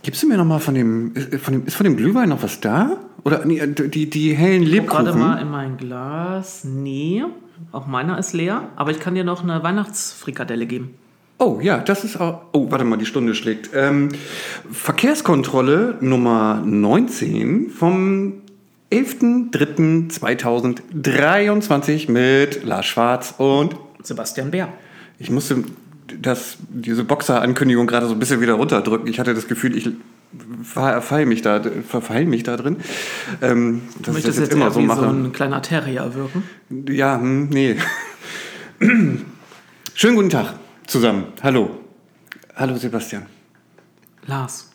Gibst du mir nochmal ist von dem Glühwein noch was da? Oder nee, die hellen Lebkuchen? Gerade mal in mein Glas. Nee, auch meiner ist leer. Aber ich kann dir noch eine Weihnachtsfrikadelle geben. Oh ja, das ist auch... Oh, warte mal, die Stunde schlägt. Verkehrskontrolle Nummer 19 vom 11.03.2023 mit Lars Schwarz und Sebastian Bär. Ich musste diese Boxer-Ankündigung gerade so ein bisschen wieder runterdrücken. Ich hatte das Gefühl, ich verfall mich da drin. Du möchtest jetzt immer so machen. So ein kleiner Terrier wirken? Ja, nee. Schönen guten Tag zusammen. Hallo. Hallo Sebastian. Lars.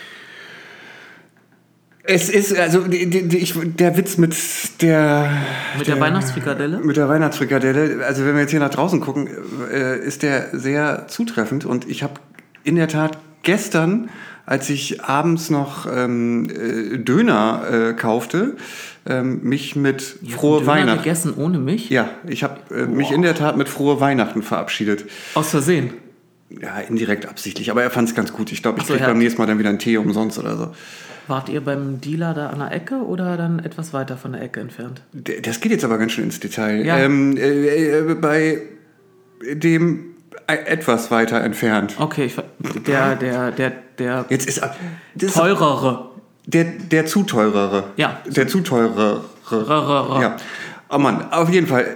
Es ist, also der Witz mit der Weihnachtsfrikadelle? Mit der Weihnachtsfrikadelle, also wenn wir jetzt hier nach draußen gucken, ist der sehr zutreffend. Und ich habe in der Tat gestern, als ich abends noch Döner kaufte, mich mit frohe Weihnachten... Döner gegessen ohne mich? Ja, ich habe mich in der Tat mit frohe Weihnachten verabschiedet. Aus Versehen? Ja, indirekt absichtlich, aber er fand es ganz gut. Ich glaube, ich kriege beim nächsten Mal dann wieder einen Tee umsonst oder so. Wart ihr beim Dealer da an der Ecke oder dann etwas weiter von der Ecke entfernt? Das geht jetzt aber ganz schön ins Detail. Ja. Bei dem etwas weiter entfernt. Okay, der jetzt ist teurere. Der zu teurere. Ja. Der zu teurere. Ja. Oh Mann, auf jeden Fall.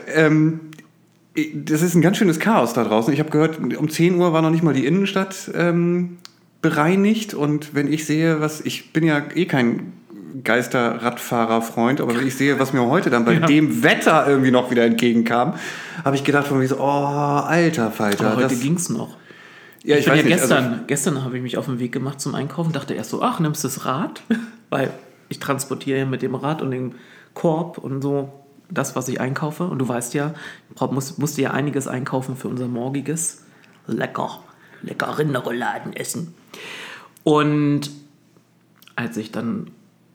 Das ist ein ganz schönes Chaos da draußen. Ich habe gehört, um 10 Uhr war noch nicht mal die Innenstadt bereinigt. Und wenn ich sehe, ich bin ja eh kein Geister-Radfahrer-Freund, aber wenn ich sehe, was mir heute dann bei dem Wetter irgendwie noch wieder entgegenkam, habe ich gedacht von mir so, oh, alter Falter. Aber heute ging's noch. Ja, ich weiß nicht. Gestern habe ich mich auf den Weg gemacht zum Einkaufen, dachte erst so, ach, nimmst du das Rad? Weil ich transportiere ja mit dem Rad und dem Korb und so das, was ich einkaufe. Und du weißt ja, ich musste ja einiges einkaufen für unser morgiges lecker Rinderrouladen essen. Und als ich dann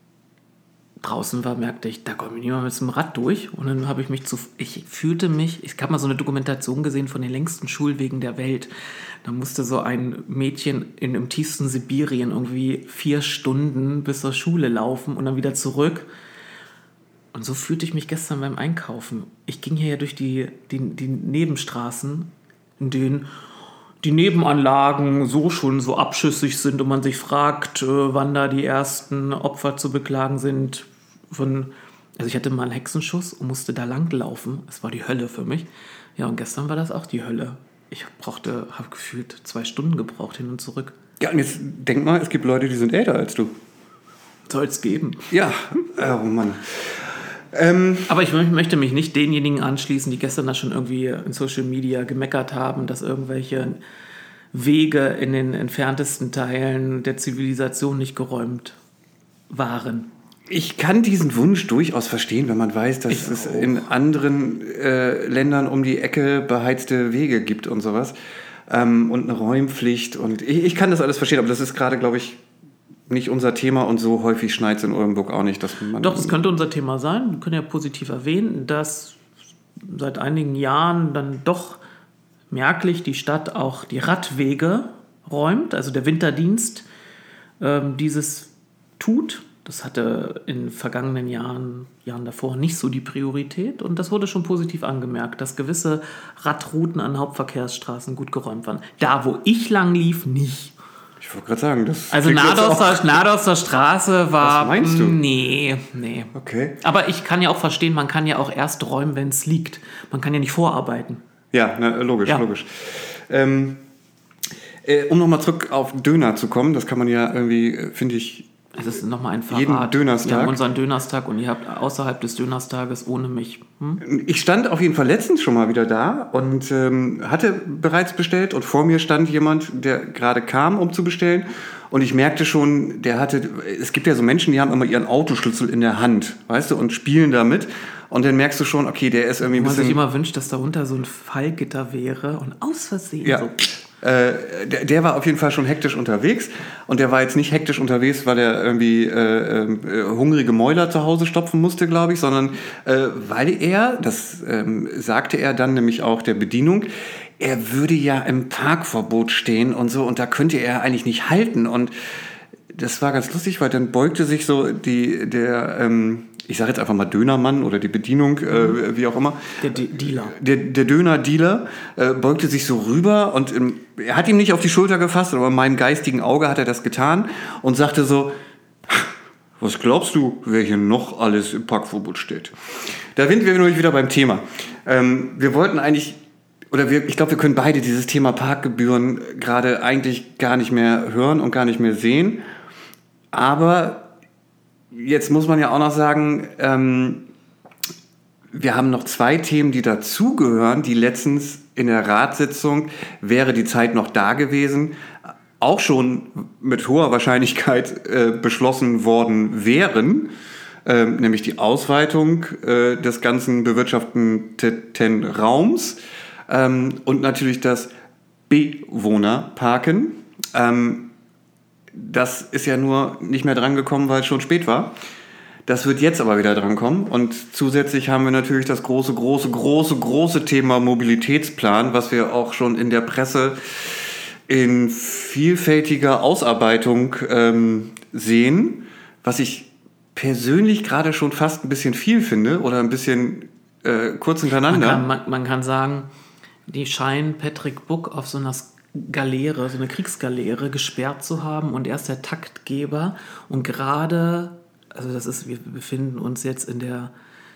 draußen war, merkte ich, da komme ich niemand mit dem Rad durch. Und dann habe ich ich habe mal so eine Dokumentation gesehen von den längsten Schulwegen der Welt. Da musste so ein Mädchen im tiefsten Sibirien irgendwie 4 Stunden bis zur Schule laufen und dann wieder zurück. Und so fühlte ich mich gestern beim Einkaufen. Ich ging hier ja durch die Nebenstraßen, in denen die Nebenanlagen so abschüssig sind und man sich fragt, wann da die ersten Opfer zu beklagen sind. Also ich hatte mal einen Hexenschuss und musste da lang laufen. Es war die Hölle für mich. Ja, und gestern war das auch die Hölle. Ich habe gefühlt 2 Stunden gebraucht hin und zurück. Ja, und jetzt denk mal, es gibt Leute, die sind älter als du. Soll es geben. Ja, oh Mann. Aber ich möchte mich nicht denjenigen anschließen, die gestern da schon irgendwie in Social Media gemeckert haben, dass irgendwelche Wege in den entferntesten Teilen der Zivilisation nicht geräumt waren. Ich kann diesen Wunsch durchaus verstehen, wenn man weiß, dass es in anderen Ländern um die Ecke beheizte Wege gibt und sowas. Und eine Räumpflicht. Und ich kann das alles verstehen, aber das ist gerade, glaube ich, nicht unser Thema und so häufig schneit es in Oldenburg auch nicht. Doch, das könnte unser Thema sein. Wir können ja positiv erwähnen, dass seit einigen Jahren dann doch merklich die Stadt auch die Radwege räumt, also der Winterdienst dieses tut. Das hatte in vergangenen Jahren davor nicht so die Priorität und das wurde schon positiv angemerkt, dass gewisse Radrouten an Hauptverkehrsstraßen gut geräumt waren. Da, wo ich lang lief, nicht. Ich wollte gerade sagen, das... Also Nadorster Straße war... Was meinst du? Nee. Okay. Aber ich kann ja auch verstehen, man kann ja auch erst räumen, wenn es liegt. Man kann ja nicht vorarbeiten. Ja, logisch. Um nochmal zurück auf Döner zu kommen, das kann man ja irgendwie, finde ich... Es ist nochmal ein Verrat. Jeden Dönerstag. Wir haben unseren Dönerstag und ihr habt außerhalb des Dönerstages ohne mich. Ich stand auf jeden Fall letztens schon mal wieder da und hatte bereits bestellt und vor mir stand jemand, der gerade kam, um zu bestellen und ich merkte schon, es gibt ja so Menschen, die haben immer ihren Autoschlüssel in der Hand, weißt du, und spielen damit und dann merkst du schon, okay, der ist irgendwie ein bisschen... Man sich immer wünscht, dass darunter so ein Fallgitter wäre und aus Versehen so... Der war auf jeden Fall schon hektisch unterwegs und der war jetzt nicht hektisch unterwegs, weil er irgendwie hungrige Mäuler zu Hause stopfen musste, glaube ich, sondern weil das sagte er dann nämlich auch der Bedienung, er würde ja im Parkverbot stehen und so und da könnte er eigentlich nicht halten und das war ganz lustig, weil dann beugte sich so ich sage jetzt einfach mal Dönermann oder die Bedienung, wie auch immer. Der Dealer. Der Döner-Dealer beugte sich so rüber und er hat ihm nicht auf die Schulter gefasst, aber in meinem geistigen Auge hat er das getan und sagte so, was glaubst du, wer hier noch alles im Parkverbot steht? Da sind wir nämlich wieder beim Thema. Wir wollten eigentlich, ich glaube, wir können beide dieses Thema Parkgebühren gerade eigentlich gar nicht mehr hören und gar nicht mehr sehen. Aber jetzt muss man ja auch noch sagen, wir haben noch 2 Themen, die dazugehören, die letztens in der Ratssitzung, wäre die Zeit noch da gewesen, auch schon mit hoher Wahrscheinlichkeit beschlossen worden wären, nämlich die Ausweitung des ganzen bewirtschafteten Raums und natürlich das Bewohnerparken. Das ist ja nur nicht mehr drangekommen, weil es schon spät war. Das wird jetzt aber wieder drankommen. Und zusätzlich haben wir natürlich das große Thema Mobilitätsplan, was wir auch schon in der Presse in vielfältiger Ausarbeitung sehen, was ich persönlich gerade schon fast ein bisschen viel finde oder ein bisschen kurz hintereinander. Man kann sagen, die scheinen Patrick Buck auf so einer Galeere, so eine Kriegsgaleere gesperrt zu haben und er ist der Taktgeber und gerade, wir befinden uns jetzt in der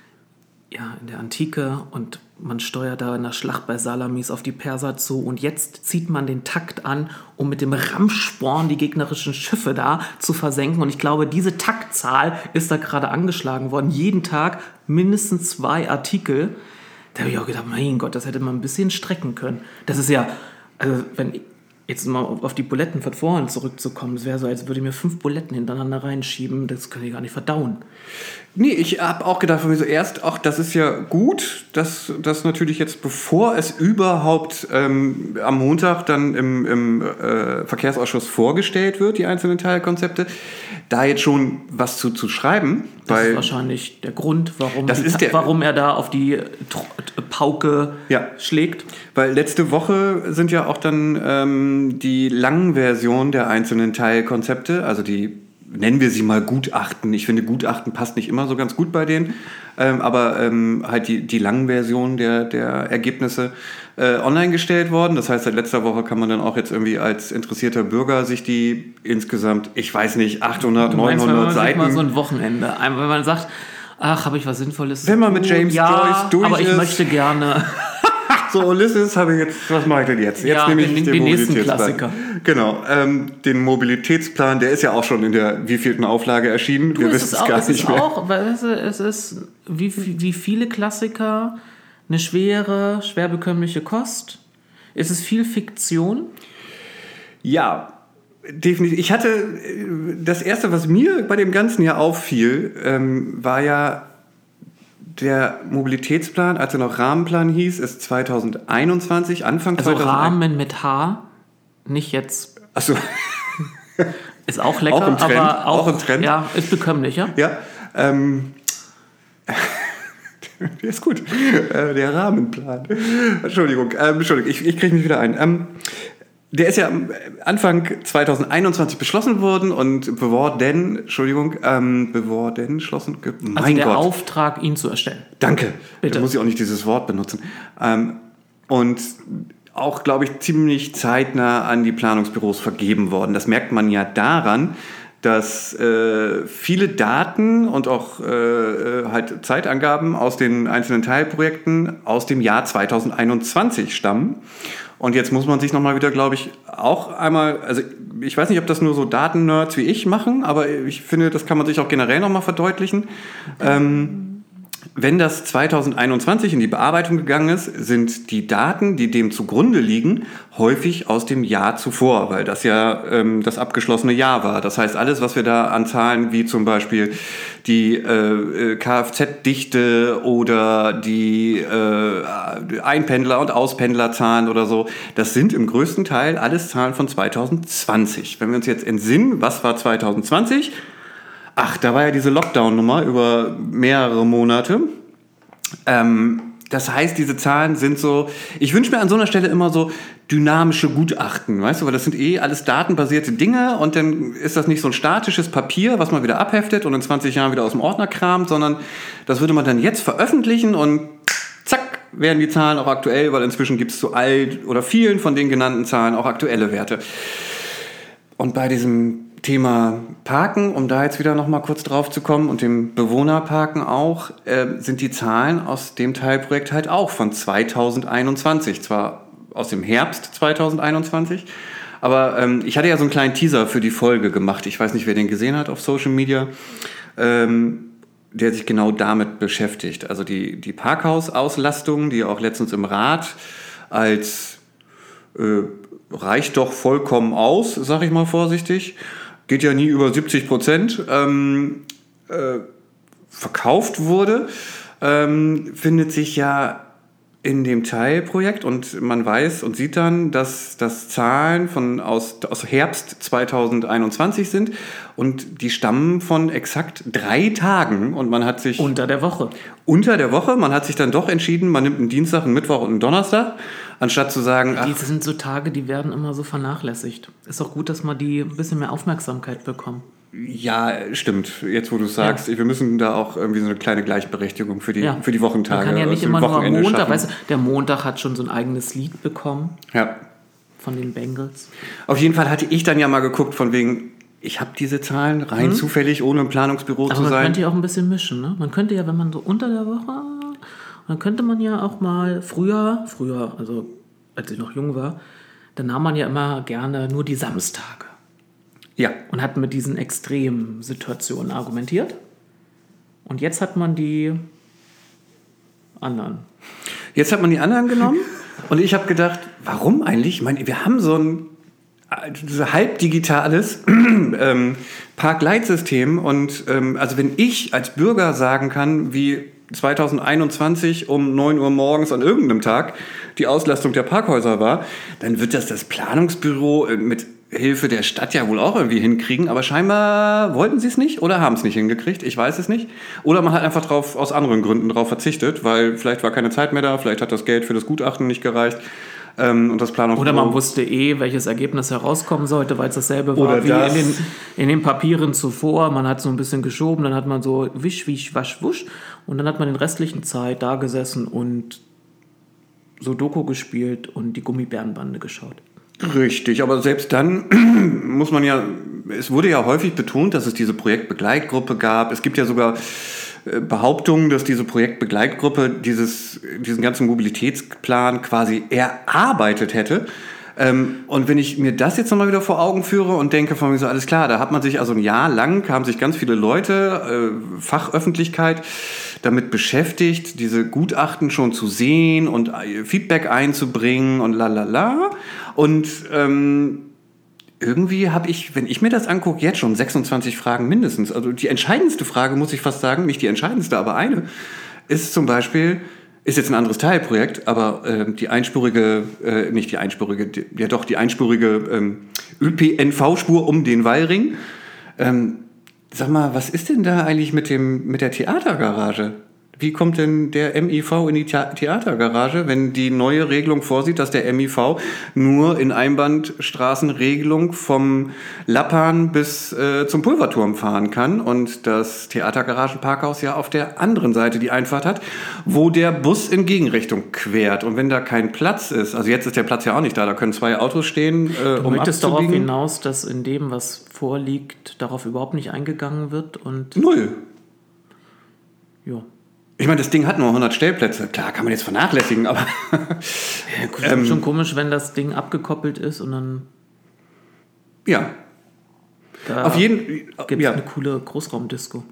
Antike und man steuert da in der Schlacht bei Salamis auf die Perser zu und jetzt zieht man den Takt an, um mit dem Rammsporn die gegnerischen Schiffe da zu versenken und ich glaube, diese Taktzahl ist da gerade angeschlagen worden. Jeden Tag mindestens 2 Artikel. Da habe ich auch gedacht, mein Gott, das hätte man ein bisschen strecken können. Das ist ja, also wenn jetzt mal auf die Buletten von vorhin zurückzukommen, es wäre so, als würde ich mir 5 Buletten hintereinander reinschieben, das kann ich gar nicht verdauen. Nee, ich habe auch gedacht von mir so erst, ach, das ist ja gut, dass das natürlich jetzt, bevor es überhaupt am Montag dann im Verkehrsausschuss vorgestellt wird, die einzelnen Teilkonzepte, da jetzt schon was zu schreiben. Das ist wahrscheinlich der Grund, warum er da auf die Pauke schlägt. Weil letzte Woche sind ja auch dann die langen Versionen der einzelnen Teilkonzepte, also die nennen wir sie mal Gutachten. Ich finde, Gutachten passt nicht immer so ganz gut bei denen, aber halt die langen Versionen der Ergebnisse online gestellt worden. Das heißt, seit letzter Woche kann man dann auch jetzt irgendwie als interessierter Bürger sich die insgesamt, ich weiß nicht, 800, 900 Seiten... mal so ein Wochenende, wenn man sagt, ach, habe ich was Sinnvolles? Wenn man mit James Joyce durch aber ist... ich möchte gerne... So, Ulysses habe ich jetzt, was mache ich denn jetzt? Jetzt nehme ich den Mobilitätsplan. Genau, den Mobilitätsplan, der ist ja auch schon in der wievielten Auflage erschienen. Wir wissen es gar nicht mehr. Es ist wie viele Klassiker eine schwer bekömmliche Kost. Es ist viel Fiktion. Ja, definitiv. Ich hatte, das Erste, was mir bei dem Ganzen ja auffiel, war ja der Mobilitätsplan, als er noch Rahmenplan hieß, ist 2021, Anfang 2021. Also Rahmen mit H, nicht jetzt. Achso. Ist auch lecker, auch im Trend, aber auch im Trend. Ja, ist bekömmlicher. Ja, der ist gut. Der Rahmenplan. Entschuldigung, ich kriege mich wieder ein. Der ist ja Anfang 2021 beschlossen worden und beschlossen. Also der Auftrag, ihn zu erstellen. Danke. Bitte. Da muss ich auch nicht dieses Wort benutzen. Und auch, glaube ich, ziemlich zeitnah an die Planungsbüros vergeben worden. Das merkt man ja daran, dass viele Daten und auch halt Zeitangaben aus den einzelnen Teilprojekten aus dem Jahr 2021 stammen. Und jetzt muss man sich nochmal wieder, glaube ich, auch einmal, also ich weiß nicht, ob das nur so Daten-Nerds wie ich machen, aber ich finde, das kann man sich auch generell nochmal verdeutlichen. Wenn das 2021 in die Bearbeitung gegangen ist, sind die Daten, die dem zugrunde liegen, häufig aus dem Jahr zuvor, weil das ja das abgeschlossene Jahr war. Das heißt, alles, was wir da an Zahlen wie zum Beispiel die Kfz-Dichte oder die Einpendler- und Auspendlerzahlen oder so, das sind im größten Teil alles Zahlen von 2020. Wenn wir uns jetzt entsinnen, was war 2020? Ach, da war ja diese Lockdown-Nummer über mehrere Monate. Das heißt, diese Zahlen sind so, ich wünsche mir an so einer Stelle immer so dynamische Gutachten, weißt du, weil das sind alles datenbasierte Dinge und dann ist das nicht so ein statisches Papier, was man wieder abheftet und in 20 Jahren wieder aus dem Ordner kramt, sondern das würde man dann jetzt veröffentlichen und zack, werden die Zahlen auch aktuell, weil inzwischen gibt es zu all oder vielen von den genannten Zahlen auch aktuelle Werte. Und bei diesem Thema Parken, um da jetzt wieder noch mal kurz drauf zu kommen und dem Bewohnerparken auch, sind die Zahlen aus dem Teilprojekt halt auch von 2021, zwar aus dem Herbst 2021, aber ich hatte ja so einen kleinen Teaser für die Folge gemacht, ich weiß nicht, wer den gesehen hat auf Social Media, der sich genau damit beschäftigt. Also die Parkhausauslastung, die auch letztens im Rat als reicht doch vollkommen aus, sag ich mal vorsichtig, geht ja nie über 70%, verkauft wurde, findet sich ja in dem Teilprojekt und man weiß und sieht dann, dass das Zahlen aus Herbst 2021 sind und die stammen von exakt 3 Tagen und man hat sich... Unter der Woche, man hat sich dann doch entschieden, man nimmt einen Dienstag, einen Mittwoch und einen Donnerstag, anstatt zu sagen... Die sind so Tage, die werden immer so vernachlässigt. Ist auch gut, dass man die ein bisschen mehr Aufmerksamkeit bekommen. Ja, stimmt. Jetzt, wo du es sagst, wir müssen da auch irgendwie so eine kleine Gleichberechtigung für die Wochentage. Man kann ja nicht immer nur am Montag, weißt du, der Montag hat schon so ein eigenes Lied bekommen. Ja. Von den Bengals. Auf jeden Fall hatte ich dann ja mal geguckt, von wegen, ich habe diese Zahlen rein zufällig, ohne im Planungsbüro zu sein. Aber man könnte ja auch ein bisschen mischen, ne? Man könnte ja, wenn man so unter der Woche, dann könnte man ja auch mal früher, also als ich noch jung war, dann nahm man ja immer gerne nur die Samstage. Ja. Und hat mit diesen extremen Situationen argumentiert. Und jetzt hat man die anderen. Jetzt hat man die anderen genommen und ich habe gedacht, warum eigentlich? Ich meine, wir haben so ein halbdigitales Parkleitsystem und also wenn ich als Bürger sagen kann, wie 2021 um 9 Uhr morgens an irgendeinem Tag die Auslastung der Parkhäuser war, dann wird das Planungsbüro mit Hilfe der Stadt ja wohl auch irgendwie hinkriegen, aber scheinbar wollten sie es nicht oder haben es nicht hingekriegt, ich weiß es nicht. Oder man hat einfach aus anderen Gründen drauf verzichtet, weil vielleicht war keine Zeit mehr da, vielleicht hat das Geld für das Gutachten nicht gereicht. Und das Planungsbüro. Oder man wusste welches Ergebnis herauskommen sollte, weil es dasselbe war wie in den Papieren zuvor. Man hat so ein bisschen geschoben, dann hat man so wisch, wisch, wasch, wusch und dann hat man den restlichen Zeit da gesessen und Sudoku gespielt und die Gummibärenbande geschaut. Richtig, aber selbst dann muss man ja, es wurde ja häufig betont, dass es diese Projektbegleitgruppe gab. Es gibt ja sogar Behauptungen, dass diese Projektbegleitgruppe diesen ganzen Mobilitätsplan quasi erarbeitet hätte. Und wenn ich mir das jetzt nochmal wieder vor Augen führe und denke von mir so, alles klar, da hat man sich also ein Jahr lang, haben sich ganz viele Leute, Fachöffentlichkeit damit beschäftigt, diese Gutachten schon zu sehen und Feedback einzubringen und lalala. Und irgendwie habe ich, wenn ich mir das angucke, jetzt schon 26 Fragen mindestens. Also die entscheidendste Frage, muss ich fast sagen, nicht die entscheidendste, aber eine, ist zum Beispiel, ist jetzt ein anderes Teilprojekt, aber die einspurige ÖPNV-Spur um den Wallring. Sag mal, was ist denn da eigentlich mit der Theatergarage? Wie kommt denn der MIV in die Theatergarage, wenn die neue Regelung vorsieht, dass der MIV nur in Einbahnstraßenregelung vom Lappan bis zum Pulverturm fahren kann und das Theatergaragenparkhaus ja auf der anderen Seite die Einfahrt hat, wo der Bus in Gegenrichtung quert. Und wenn da kein Platz ist, also jetzt ist der Platz ja auch nicht da können 2 Autos stehen, du möchtest darauf hinaus, dass in dem, was vorliegt, darauf überhaupt nicht eingegangen wird und... Null. Ja. Ich meine, das Ding hat nur 100 Stellplätze. Klar, kann man jetzt vernachlässigen, aber... ja, gut, schon komisch, wenn das Ding abgekoppelt ist und dann... Ja. Auf jeden Fall gibt es eine coole Großraumdisco.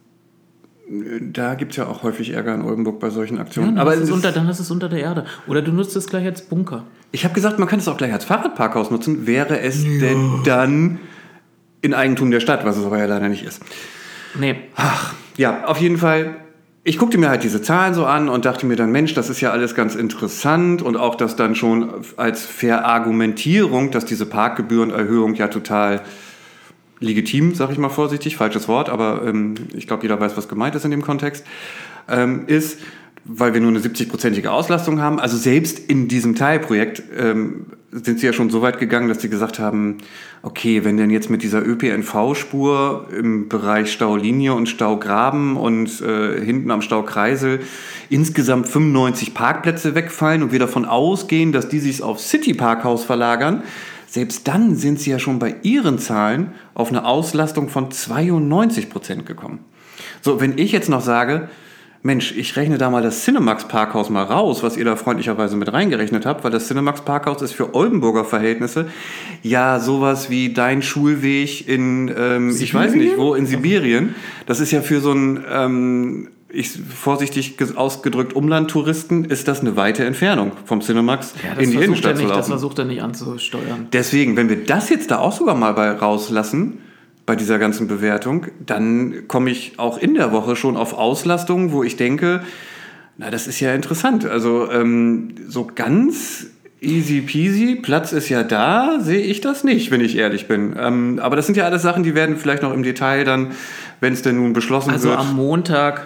Da gibt es ja auch häufig Ärger in Oldenburg bei solchen Aktionen. Ja, aber dann ist es unter der Erde. Oder du nutzt es gleich als Bunker. Ich habe gesagt, man kann es auch gleich als Fahrradparkhaus nutzen. Wäre es denn dann in Eigentum der Stadt, was es aber ja leider nicht ist. Nee. Ach, ja, auf jeden Fall... Ich guckte mir halt diese Zahlen so an und dachte mir dann, Mensch, das ist ja alles ganz interessant und auch das dann schon als Verargumentierung, dass diese Parkgebührenerhöhung ja total legitim, sag ich mal vorsichtig, falsches Wort, aber ich glaube, jeder weiß, was gemeint ist in dem Kontext, ist, weil wir nur eine 70-prozentige Auslastung haben. Also selbst in diesem Teilprojekt sind sie ja schon so weit gegangen, dass sie gesagt haben, okay, wenn denn jetzt mit dieser ÖPNV-Spur im Bereich Staulinie und Staugraben und hinten am Staukreisel insgesamt 95 Parkplätze wegfallen und wir davon ausgehen, dass die sich aufs City-Parkhaus verlagern, selbst dann sind sie ja schon bei ihren Zahlen auf eine Auslastung von 92% gekommen. So, wenn ich jetzt noch sage, Mensch, ich rechne da mal das Cinemax-Parkhaus mal raus, was ihr da freundlicherweise mit reingerechnet habt, weil das Cinemax-Parkhaus ist für Oldenburger Verhältnisse ja sowas wie dein Schulweg in, ich weiß nicht wo, in Sibirien. Das ist ja für so ein, vorsichtig ausgedrückt, Umlandtouristen, ist das eine weite Entfernung vom Cinemax in die Innenstadt zu laufen. Das versucht er nicht anzusteuern. Deswegen, wenn wir das jetzt da auch sogar mal rauslassen, bei dieser ganzen Bewertung, dann komme ich auch in der Woche schon auf Auslastungen, wo ich denke, na, das ist ja interessant. Also so ganz easy peasy, Platz ist ja da, sehe ich das nicht, wenn ich ehrlich bin. Aber das sind ja alles Sachen, die werden vielleicht noch im Detail dann, wenn es denn nun beschlossen wird. Also am Montag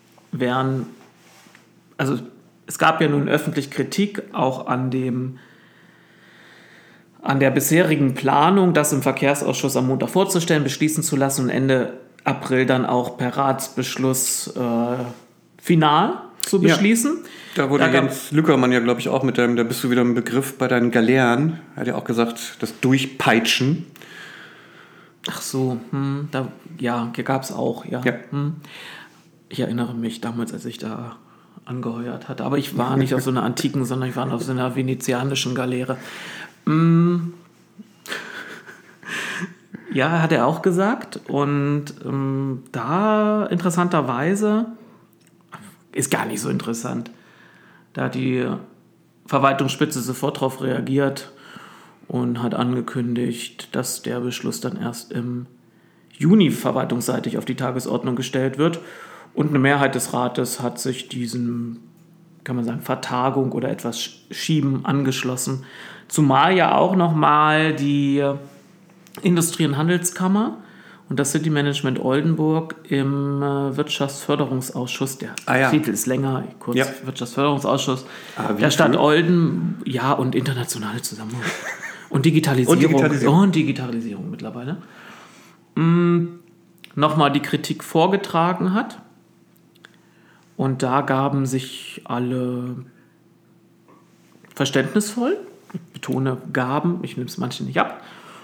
es gab ja nun öffentlich Kritik auch an der bisherigen Planung, das im Verkehrsausschuss am Montag vorzustellen, beschließen zu lassen und Ende April dann auch per Ratsbeschluss final zu beschließen. Ja, da wurde Jens Lückermann ja, glaube ich, auch da bist du wieder im Begriff bei deinen Galeeren, er hat ja auch gesagt, das Durchpeitschen. Ach so, hier gab es auch, ja. Ich erinnere mich damals, als ich da angeheuert hatte, aber ich war nicht auf so einer antiken, sondern ich war auf so einer venezianischen Galeere. Ja, hat er auch gesagt. Und da interessanterweise, ist gar nicht so interessant, da hat die Verwaltungsspitze sofort darauf reagiert und hat angekündigt, dass der Beschluss dann erst im Juni verwaltungsseitig auf die Tagesordnung gestellt wird. Und eine Mehrheit des Rates hat sich diesem, kann man sagen, Vertagung oder etwas Schieben angeschlossen. Zumal ja auch nochmal die Industrie- und Handelskammer und das City Management Oldenburg im Wirtschaftsförderungsausschuss, der Titel ist länger, Wirtschaftsförderungsausschuss der Stadt Olden, und internationale Zusammenarbeit und Digitalisierung. Und Digitalisierung mittlerweile. Nochmal die Kritik vorgetragen hat. Und da gaben sich alle verständnisvoll, ich betone gaben, ich nehme es manchen nicht ab.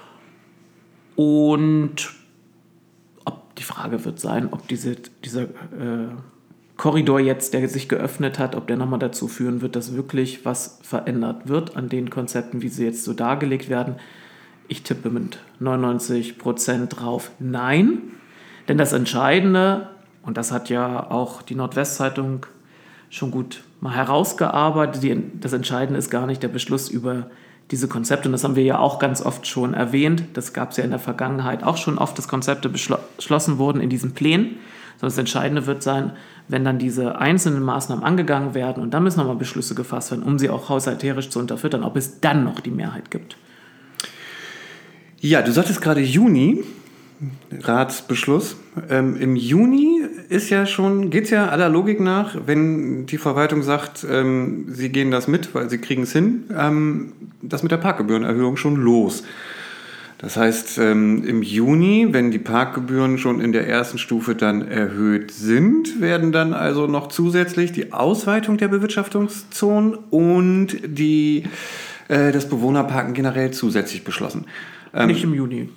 Und die Frage wird sein, ob dieser Korridor jetzt, der sich geöffnet hat, ob der nochmal dazu führen wird, dass wirklich was verändert wird an den Konzepten, wie sie jetzt so dargelegt werden. Ich tippe mit 99% drauf nein. Denn das Entscheidende, und das hat ja auch die Nordwestzeitung schon gut mal herausgearbeitet, das Entscheidende ist gar nicht der Beschluss über diese Konzepte. Und das haben wir ja auch ganz oft schon erwähnt. Das gab es ja in der Vergangenheit auch schon oft, dass Konzepte beschlossen wurden in diesen Plänen. Sondern das Entscheidende wird sein, wenn dann diese einzelnen Maßnahmen angegangen werden und dann müssen nochmal Beschlüsse gefasst werden, um sie auch haushalterisch zu unterfüttern, ob es dann noch die Mehrheit gibt. Ja, du sagtest gerade Juni. Ratsbeschluss. Im Juni geht's ja aller Logik nach, wenn die Verwaltung sagt, sie gehen das mit, weil sie kriegen es hin, das mit der Parkgebührenerhöhung schon los. Das heißt, im Juni, wenn die Parkgebühren schon in der ersten Stufe dann erhöht sind, werden dann also noch zusätzlich die Ausweitung der Bewirtschaftungszonen und das Bewohnerparken generell zusätzlich beschlossen. Nicht im Juni.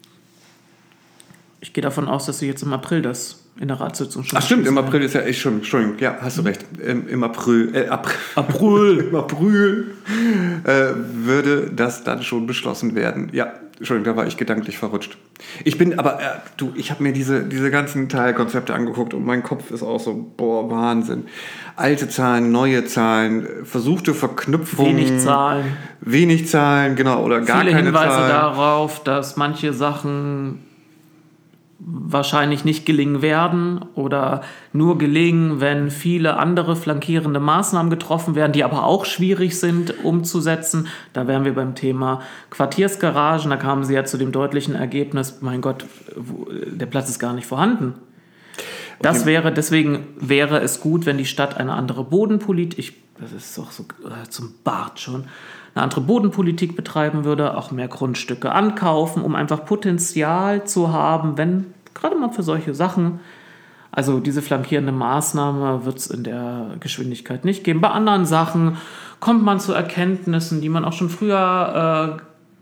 Ich gehe davon aus, dass sie jetzt im April das in der Ratssitzung schon... Ach stimmt, im April ist ja... Entschuldigung, ja, hast du recht. Im April würde das dann schon beschlossen werden. Ja, Entschuldigung, da war ich gedanklich verrutscht. Ich habe mir diese ganzen Teilkonzepte angeguckt und mein Kopf ist auch so, Wahnsinn. Alte Zahlen, neue Zahlen, versuchte Verknüpfung. Wenig Zahlen, genau, oder gar keine Zahlen. Viele Hinweise darauf, dass manche Sachen wahrscheinlich nicht gelingen werden oder nur gelingen, wenn viele andere flankierende Maßnahmen getroffen werden, die aber auch schwierig sind umzusetzen. Da wären wir beim Thema Quartiersgaragen. Da kamen sie ja zu dem deutlichen Ergebnis, mein Gott, der Platz ist gar nicht vorhanden. Deswegen wäre es gut, wenn die Stadt eine andere Bodenpolitik, das ist doch so zum Bart schon, eine andere Bodenpolitik betreiben würde, auch mehr Grundstücke ankaufen, um einfach Potenzial zu haben, wenn gerade mal für solche Sachen, also diese flankierende Maßnahme wird es in der Geschwindigkeit nicht geben. Bei anderen Sachen kommt man zu Erkenntnissen, die man auch schon früher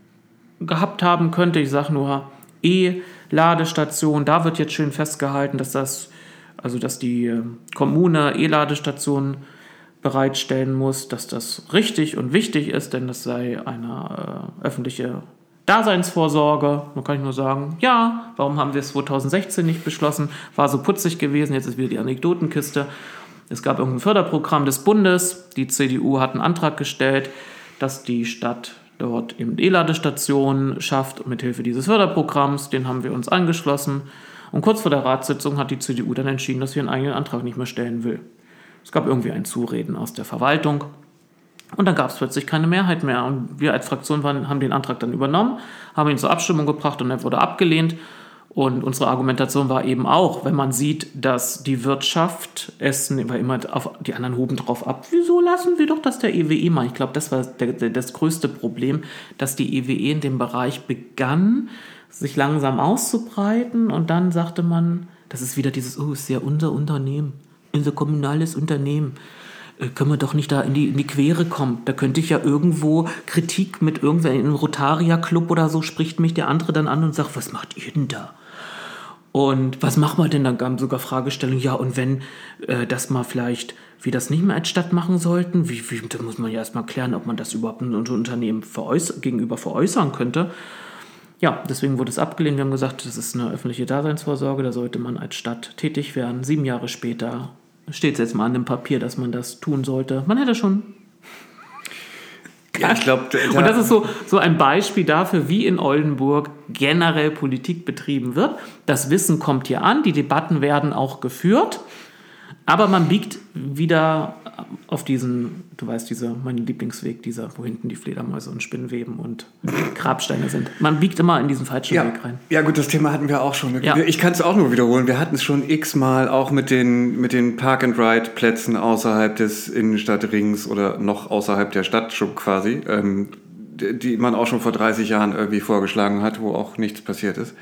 gehabt haben könnte. Ich sage nur E-Ladestation, da wird jetzt schön festgehalten, dass die Kommune E-Ladestationen bereitstellen muss, dass das richtig und wichtig ist, denn das sei eine öffentliche Daseinsvorsorge. Da kann ich nur sagen, ja, warum haben wir es 2016 nicht beschlossen? War so putzig gewesen, jetzt ist wieder die Anekdotenkiste. Es gab irgendein Förderprogramm des Bundes, die CDU hat einen Antrag gestellt, dass die Stadt dort eben E-Ladestationen schafft mithilfe dieses Förderprogramms. Den haben wir uns angeschlossen. Und kurz vor der Ratssitzung hat die CDU dann entschieden, dass sie einen eigenen Antrag nicht mehr stellen will. Es gab irgendwie ein Zureden aus der Verwaltung. Und dann gab es plötzlich keine Mehrheit mehr. Und wir als Fraktion haben den Antrag dann übernommen, haben ihn zur Abstimmung gebracht und er wurde abgelehnt. Und unsere Argumentation war eben auch, wenn man sieht, dass die Wirtschaft war immer die anderen hoben drauf ab. Wieso lassen wir doch das der EWE machen? Ich glaube, das war das größte Problem, dass die EWE in dem Bereich begann, sich langsam auszubreiten. Und dann sagte man, das ist wieder dieses, ist ja unser Unternehmen, unser kommunales Unternehmen. Können wir doch nicht da in die Quere kommen. Da könnte ich ja irgendwo Kritik mit irgendwer in einem Rotaria-Club oder so, spricht mich der andere dann an und sagt, was macht ihr denn da? Und was machen wir denn? Dann gab es sogar Fragestellungen, ja, und wenn das mal vielleicht, wir das nicht mehr als Stadt machen sollten, da muss man ja erstmal klären, ob man das überhaupt einem Unternehmen gegenüber veräußern könnte. Ja, deswegen wurde es abgelehnt. Wir haben gesagt, das ist eine öffentliche Daseinsvorsorge, da sollte man als Stadt tätig werden. 7 Jahre später steht es jetzt mal an dem Papier, dass man das tun sollte. Man hätte schon. Ja, ich glaube. Und das ist so ein Beispiel dafür, wie in Oldenburg generell Politik betrieben wird. Das Wissen kommt hier an, die Debatten werden auch geführt, aber man biegt wieder auf diesen, du weißt, mein Lieblingsweg, wo hinten die Fledermäuse und Spinnweben und Grabsteine sind. Man biegt immer in diesen falschen Weg rein. Ja gut, das Thema hatten wir auch schon. Ja. Ich kann es auch nur wiederholen. Wir hatten es schon x-mal auch mit den Park-and-Ride-Plätzen außerhalb des Innenstadtrings oder noch außerhalb der Stadt schon quasi, die man auch schon vor 30 Jahren irgendwie vorgeschlagen hat, wo auch nichts passiert ist.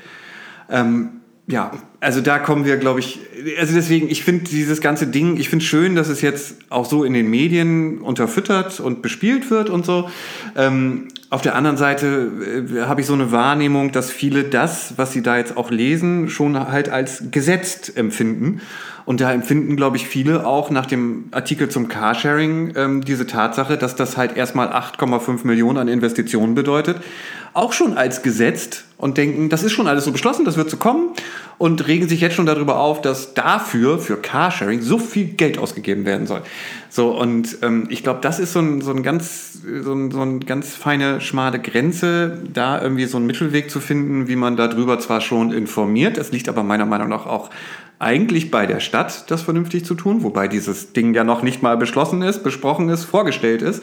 Ja, also da kommen wir, glaube ich, also deswegen, ich finde dieses ganze Ding, ich finde es schön, dass es jetzt auch so in den Medien unterfüttert und bespielt wird und so. Auf der anderen Seite habe ich so eine Wahrnehmung, dass viele das, was sie da jetzt auch lesen, schon halt als gesetzt empfinden. Und da empfinden, glaube ich, viele auch nach dem Artikel zum Carsharing diese Tatsache, dass das halt erstmal 8,5 Millionen an Investitionen bedeutet, auch schon als gesetzt und denken, das ist schon alles so beschlossen, das wird so kommen und regen sich jetzt schon darüber auf, dass für Carsharing so viel Geld ausgegeben werden soll. So, und ich glaube, das ist so eine ganz feine, schmale Grenze, da irgendwie so einen Mittelweg zu finden, wie man darüber zwar schon informiert, es liegt aber meiner Meinung nach auch eigentlich bei der Stadt, das vernünftig zu tun, wobei dieses Ding ja noch nicht mal besprochen ist, vorgestellt ist.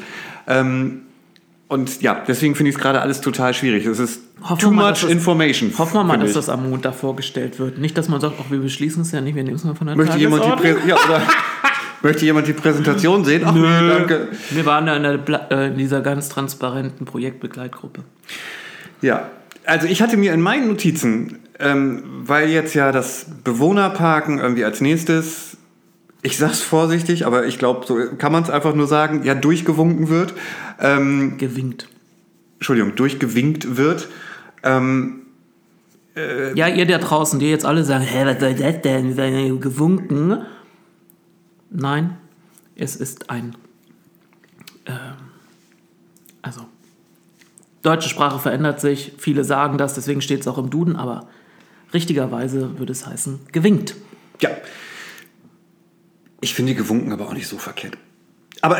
Und ja, deswegen finde ich es gerade alles total schwierig. Es ist too much information. Hoffen wir mal, dass das am Montag vorgestellt wird. Nicht, dass man sagt, wir beschließen es ja nicht, wir nehmen es mal von der Möchte jemand die Präsentation sehen? Ach, nö, danke. Wir waren ja in dieser ganz transparenten Projektbegleitgruppe. Ja, also ich hatte mir in meinen Notizen, weil jetzt ja das Bewohnerparken irgendwie als nächstes, ich sag's vorsichtig, aber ich glaube, so kann man es einfach nur sagen, ja, durchgewunken wird. Durchgewinkt wird. Ja, ihr da draußen, die jetzt alle sagen, was soll das denn, gewunken? Nein, es ist deutsche Sprache verändert sich, viele sagen das, deswegen steht es auch im Duden, aber richtigerweise würde es heißen, gewinkt. Ja. Ich finde gewunken aber auch nicht so verkehrt. Aber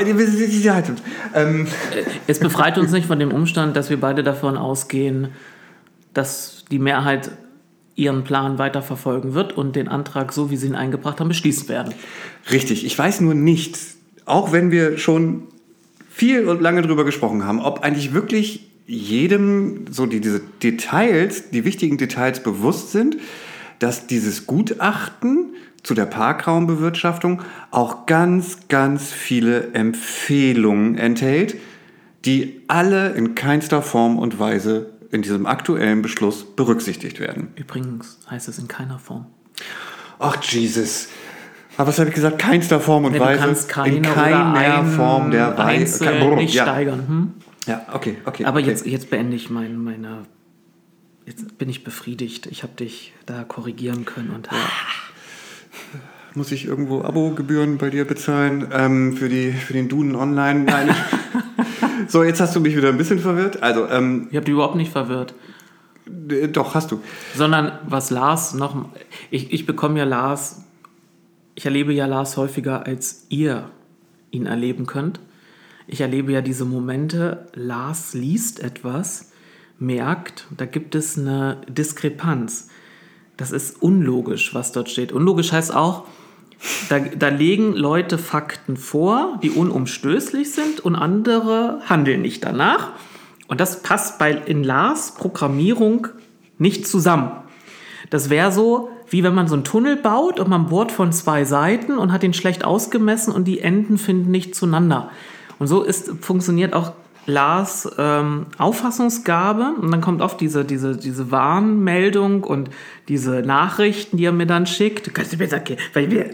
es befreit uns nicht von dem Umstand, dass wir beide davon ausgehen, dass die Mehrheit ihren Plan weiterverfolgen wird und den Antrag, so wie sie ihn eingebracht haben, beschließen werden. Richtig. Ich weiß nur nicht, auch wenn wir schon viel und lange drüber gesprochen haben, ob eigentlich wirklich jedem so diese Details, die wichtigen Details bewusst sind, dass dieses Gutachten zu der Parkraumbewirtschaftung auch ganz, ganz viele Empfehlungen enthält, die alle in keinster Form und Weise in diesem aktuellen Beschluss berücksichtigt werden. Übrigens heißt es in keiner Form. Ach, Jesus. Aber was habe ich gesagt? Keinster Form und Weise. Du kannst keine in keiner Form der Weise. Nicht steigern. Ja, okay. Aber okay. Jetzt beende ich meine... Jetzt bin ich befriedigt. Ich habe dich da korrigieren können. Und muss ich irgendwo Abogebühren bei dir bezahlen für den Duden Online? Nein. So, jetzt hast du mich wieder ein bisschen verwirrt. Also, ich habe dich überhaupt nicht verwirrt. Doch, hast du. Sondern was Lars noch... Ich bekomme ja Lars... Ich erlebe ja Lars häufiger, als ihr ihn erleben könnt. Ich erlebe ja diese Momente, Lars liest etwas, merkt, da gibt es eine Diskrepanz. Das ist unlogisch, was dort steht. Unlogisch heißt auch, da legen Leute Fakten vor, die unumstößlich sind und andere handeln nicht danach. Und das passt in Lars Programmierung nicht zusammen. Das wäre so, wie wenn man so einen Tunnel baut und man bohrt von 2 Seiten und hat den schlecht ausgemessen und die Enden finden nicht zueinander. Und so funktioniert auch Lars Auffassungsgabe. Und dann kommt oft diese Warnmeldung und diese Nachrichten, die er mir dann schickt. Kannst du mir sagen, weil wir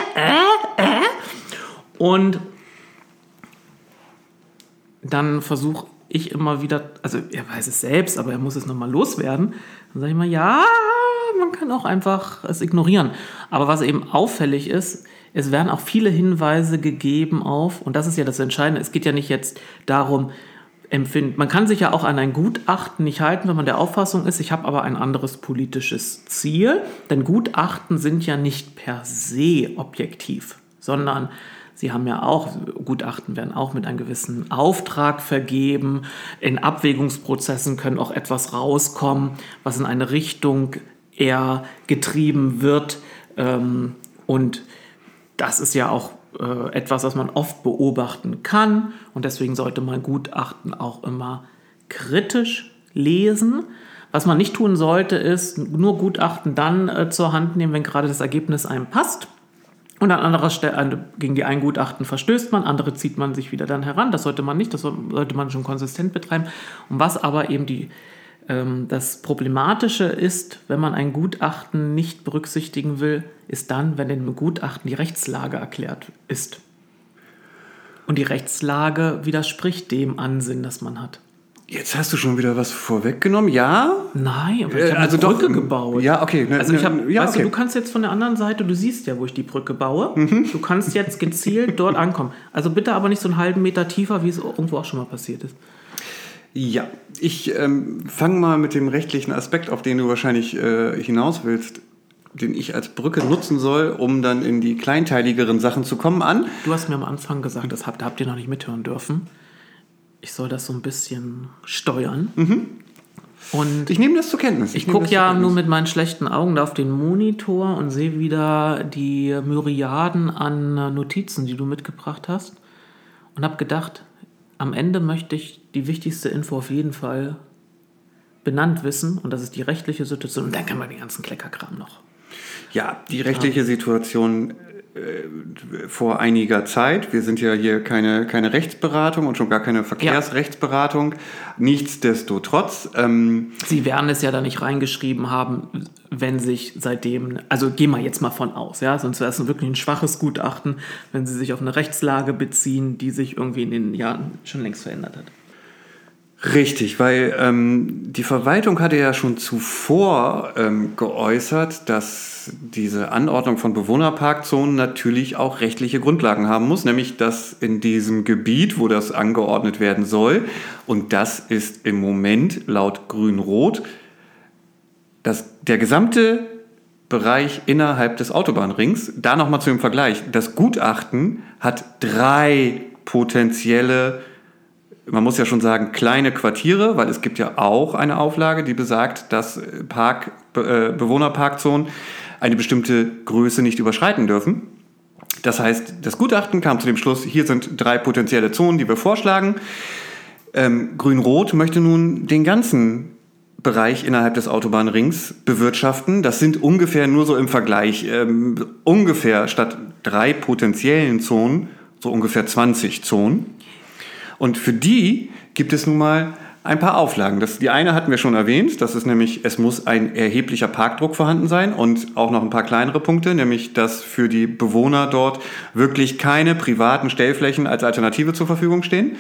Und dann versuche ich immer wieder, also er weiß es selbst, aber er muss es nochmal loswerden. Dann sage ich mal, ja, man kann auch einfach es ignorieren. Aber was eben auffällig ist, es werden auch viele Hinweise gegeben auf, und das ist ja das Entscheidende, es geht ja nicht jetzt darum, man kann sich ja auch an ein Gutachten nicht halten, wenn man der Auffassung ist, ich habe aber ein anderes politisches Ziel, denn Gutachten sind ja nicht per se objektiv, sondern sie haben ja auch, Gutachten werden auch mit einem gewissen Auftrag vergeben, in Abwägungsprozessen können auch etwas rauskommen, was in eine Richtung eher getrieben wird, und das ist ja auch etwas, was man oft beobachten kann, und deswegen sollte man Gutachten auch immer kritisch lesen. Was man nicht tun sollte, ist nur Gutachten dann zur Hand nehmen, wenn gerade das Ergebnis einem passt. Und an anderer Stelle, gegen die einen Gutachten verstößt man, andere zieht man sich wieder dann heran. Das sollte man nicht, das sollte man schon konsistent betreiben. Und was aber eben das Problematische ist, wenn man ein Gutachten nicht berücksichtigen will, ist dann, wenn in dem Gutachten die Rechtslage erklärt ist. Und die Rechtslage widerspricht dem Ansinnen, das man hat. Jetzt hast du schon wieder was vorweggenommen, ja? Nein, aber ich habe eine Brücke gebaut. Ja, okay. Also weißt du, du kannst jetzt von der anderen Seite, du siehst ja, wo ich die Brücke baue. Du kannst jetzt gezielt dort ankommen. Also bitte aber nicht so einen halben Meter tiefer, wie es irgendwo auch schon mal passiert ist. Ja, ich fange mal mit dem rechtlichen Aspekt, auf den du wahrscheinlich hinaus willst, den ich als Brücke nutzen soll, um dann in die kleinteiligeren Sachen zu kommen, an. Du hast mir am Anfang gesagt, da habt ihr noch nicht mithören dürfen. Ich soll das so ein bisschen steuern. Und ich nehme das zur Kenntnis. Ich gucke ja nur mit meinen schlechten Augen da auf den Monitor und sehe wieder die Myriaden an Notizen, die du mitgebracht hast. Und habe gedacht, am Ende möchte ich die wichtigste Info auf jeden Fall benannt wissen. Und das ist die rechtliche Situation. Und dann kann man den ganzen Kleckerkram noch. Ja, die rechtliche Situation vor einiger Zeit. Wir sind ja hier keine Rechtsberatung und schon gar keine Verkehrsrechtsberatung. Nichtsdestotrotz. Sie werden es ja da nicht reingeschrieben haben, wenn sich seitdem, also gehen wir jetzt mal von aus, ja, sonst wäre es wirklich ein schwaches Gutachten, wenn Sie sich auf eine Rechtslage beziehen, die sich irgendwie in den Jahren schon längst verändert hat. Richtig, weil die Verwaltung hatte ja schon zuvor geäußert, dass diese Anordnung von Bewohnerparkzonen natürlich auch rechtliche Grundlagen haben muss, nämlich dass in diesem Gebiet, wo das angeordnet werden soll, und das ist im Moment laut Grün-Rot der gesamte Bereich innerhalb des Autobahnrings, da nochmal zu dem Vergleich, das Gutachten hat 3 potenzielle, man muss ja schon sagen, kleine Quartiere, weil es gibt ja auch eine Auflage, die besagt, dass Bewohnerparkzonen eine bestimmte Größe nicht überschreiten dürfen. Das heißt, das Gutachten kam zu dem Schluss, hier sind 3 potenzielle Zonen, die wir vorschlagen. Grün-Rot möchte nun den ganzen Bereich innerhalb des Autobahnrings bewirtschaften. Das sind ungefähr, nur so im Vergleich, ungefähr statt 3 potenziellen Zonen, so ungefähr 20 Zonen. Und für die gibt es nun mal ein paar Auflagen. Die eine hatten wir schon erwähnt, das ist nämlich, es muss ein erheblicher Parkdruck vorhanden sein und auch noch ein paar kleinere Punkte, nämlich, dass für die Bewohner dort wirklich keine privaten Stellflächen als Alternative zur Verfügung stehen.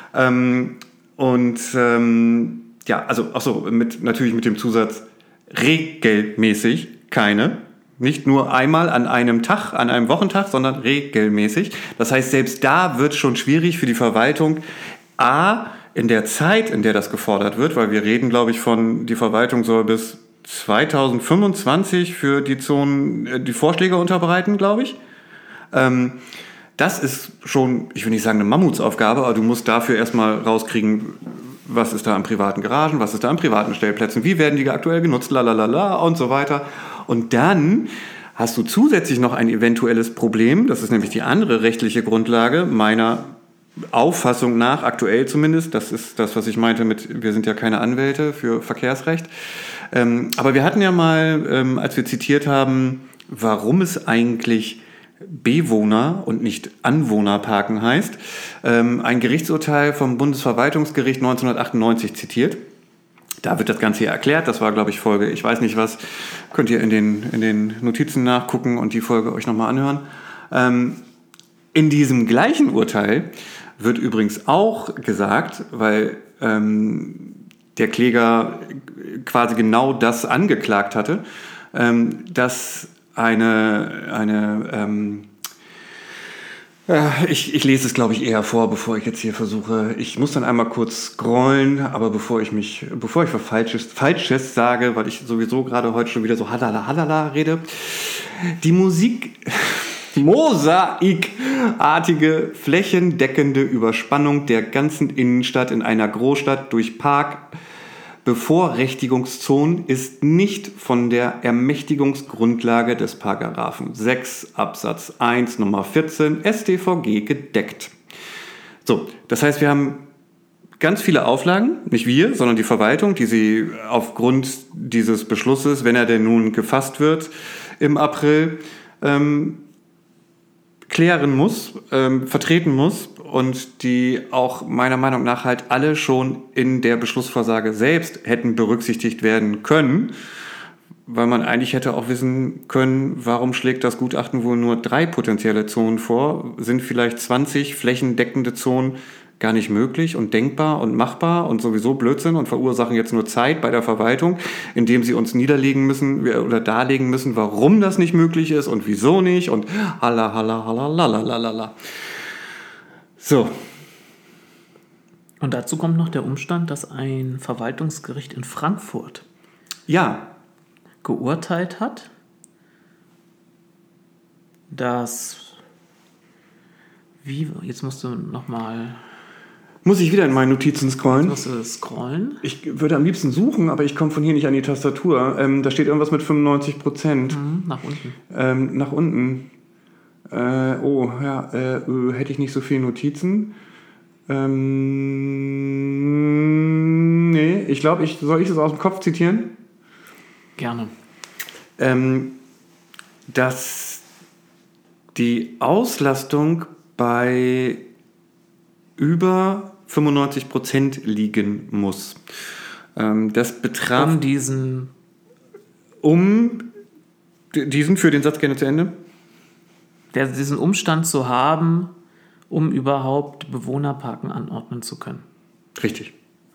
Natürlich mit dem Zusatz regelmäßig keine. Nicht nur einmal an einem Tag, an einem Wochentag, sondern regelmäßig. Das heißt, selbst da wird es schon schwierig für die Verwaltung, in der Zeit, in der das gefordert wird, weil wir reden, glaube ich, die Verwaltung soll bis 2025 für die Zonen die Vorschläge unterbreiten, glaube ich. Das ist schon, ich will nicht sagen eine Mammutsaufgabe, aber du musst dafür erstmal rauskriegen, was ist da an privaten Garagen, was ist da an privaten Stellplätzen, wie werden die aktuell genutzt, lalalala und so weiter. Und dann hast du zusätzlich noch ein eventuelles Problem, das ist nämlich die andere rechtliche Grundlage, meiner Auffassung nach, aktuell zumindest, das ist das, was ich meinte mit, wir sind ja keine Anwälte für Verkehrsrecht, aber wir hatten ja mal, als wir zitiert haben, warum es eigentlich Bewohner und nicht Anwohnerparken heißt, ein Gerichtsurteil vom Bundesverwaltungsgericht 1998 zitiert. Da wird das Ganze hier erklärt. Das war, glaube ich, Folge, ich weiß nicht was, könnt ihr in den Notizen nachgucken und die Folge euch nochmal anhören. In diesem gleichen Urteil wird übrigens auch gesagt, weil der Kläger quasi genau das angeklagt hatte, dass ich lese es, glaube ich, eher vor, bevor ich jetzt hier versuche. Ich muss dann einmal kurz scrollen, aber bevor ich was Falsches sage, weil ich sowieso gerade heute schon wieder so halala rede. Die mosaikartige, flächendeckende Überspannung der ganzen Innenstadt in einer Großstadt durch Parkbevorrechtigungszonen ist nicht von der Ermächtigungsgrundlage des Paragraphen 6 Absatz 1 Nummer 14 StVG gedeckt. So, das heißt, wir haben ganz viele Auflagen, nicht wir, sondern die Verwaltung, die sie aufgrund dieses Beschlusses, wenn er denn nun gefasst wird im April, klären muss, vertreten muss und die auch meiner Meinung nach halt alle schon in der Beschlussvorsage selbst hätten berücksichtigt werden können, weil man eigentlich hätte auch wissen können, warum schlägt das Gutachten wohl nur 3 potenzielle Zonen vor, sind vielleicht 20 flächendeckende Zonen gar nicht möglich und denkbar und machbar und sowieso Blödsinn und verursachen jetzt nur Zeit bei der Verwaltung, indem sie uns niederlegen müssen oder darlegen müssen, warum das nicht möglich ist und wieso nicht und halalalala. So. Und dazu kommt noch der Umstand, dass ein Verwaltungsgericht in Frankfurt geurteilt hat, dass jetzt musst du nochmal... Muss ich wieder in meine Notizen scrollen? Jetzt musst du scrollen. Ich würde am liebsten suchen, aber ich komme von hier nicht an die Tastatur. Da steht irgendwas mit 95%. Nach unten. Nach unten. Hätte ich nicht so viele Notizen? Nee, ich glaube, soll ich das aus dem Kopf zitieren? Gerne. Dass die Auslastung bei über 95% liegen muss. Das betraf... diesen für den Satz gerne zu Ende? Diesen Umstand zu haben, um überhaupt Bewohnerparken anordnen zu können. Richtig.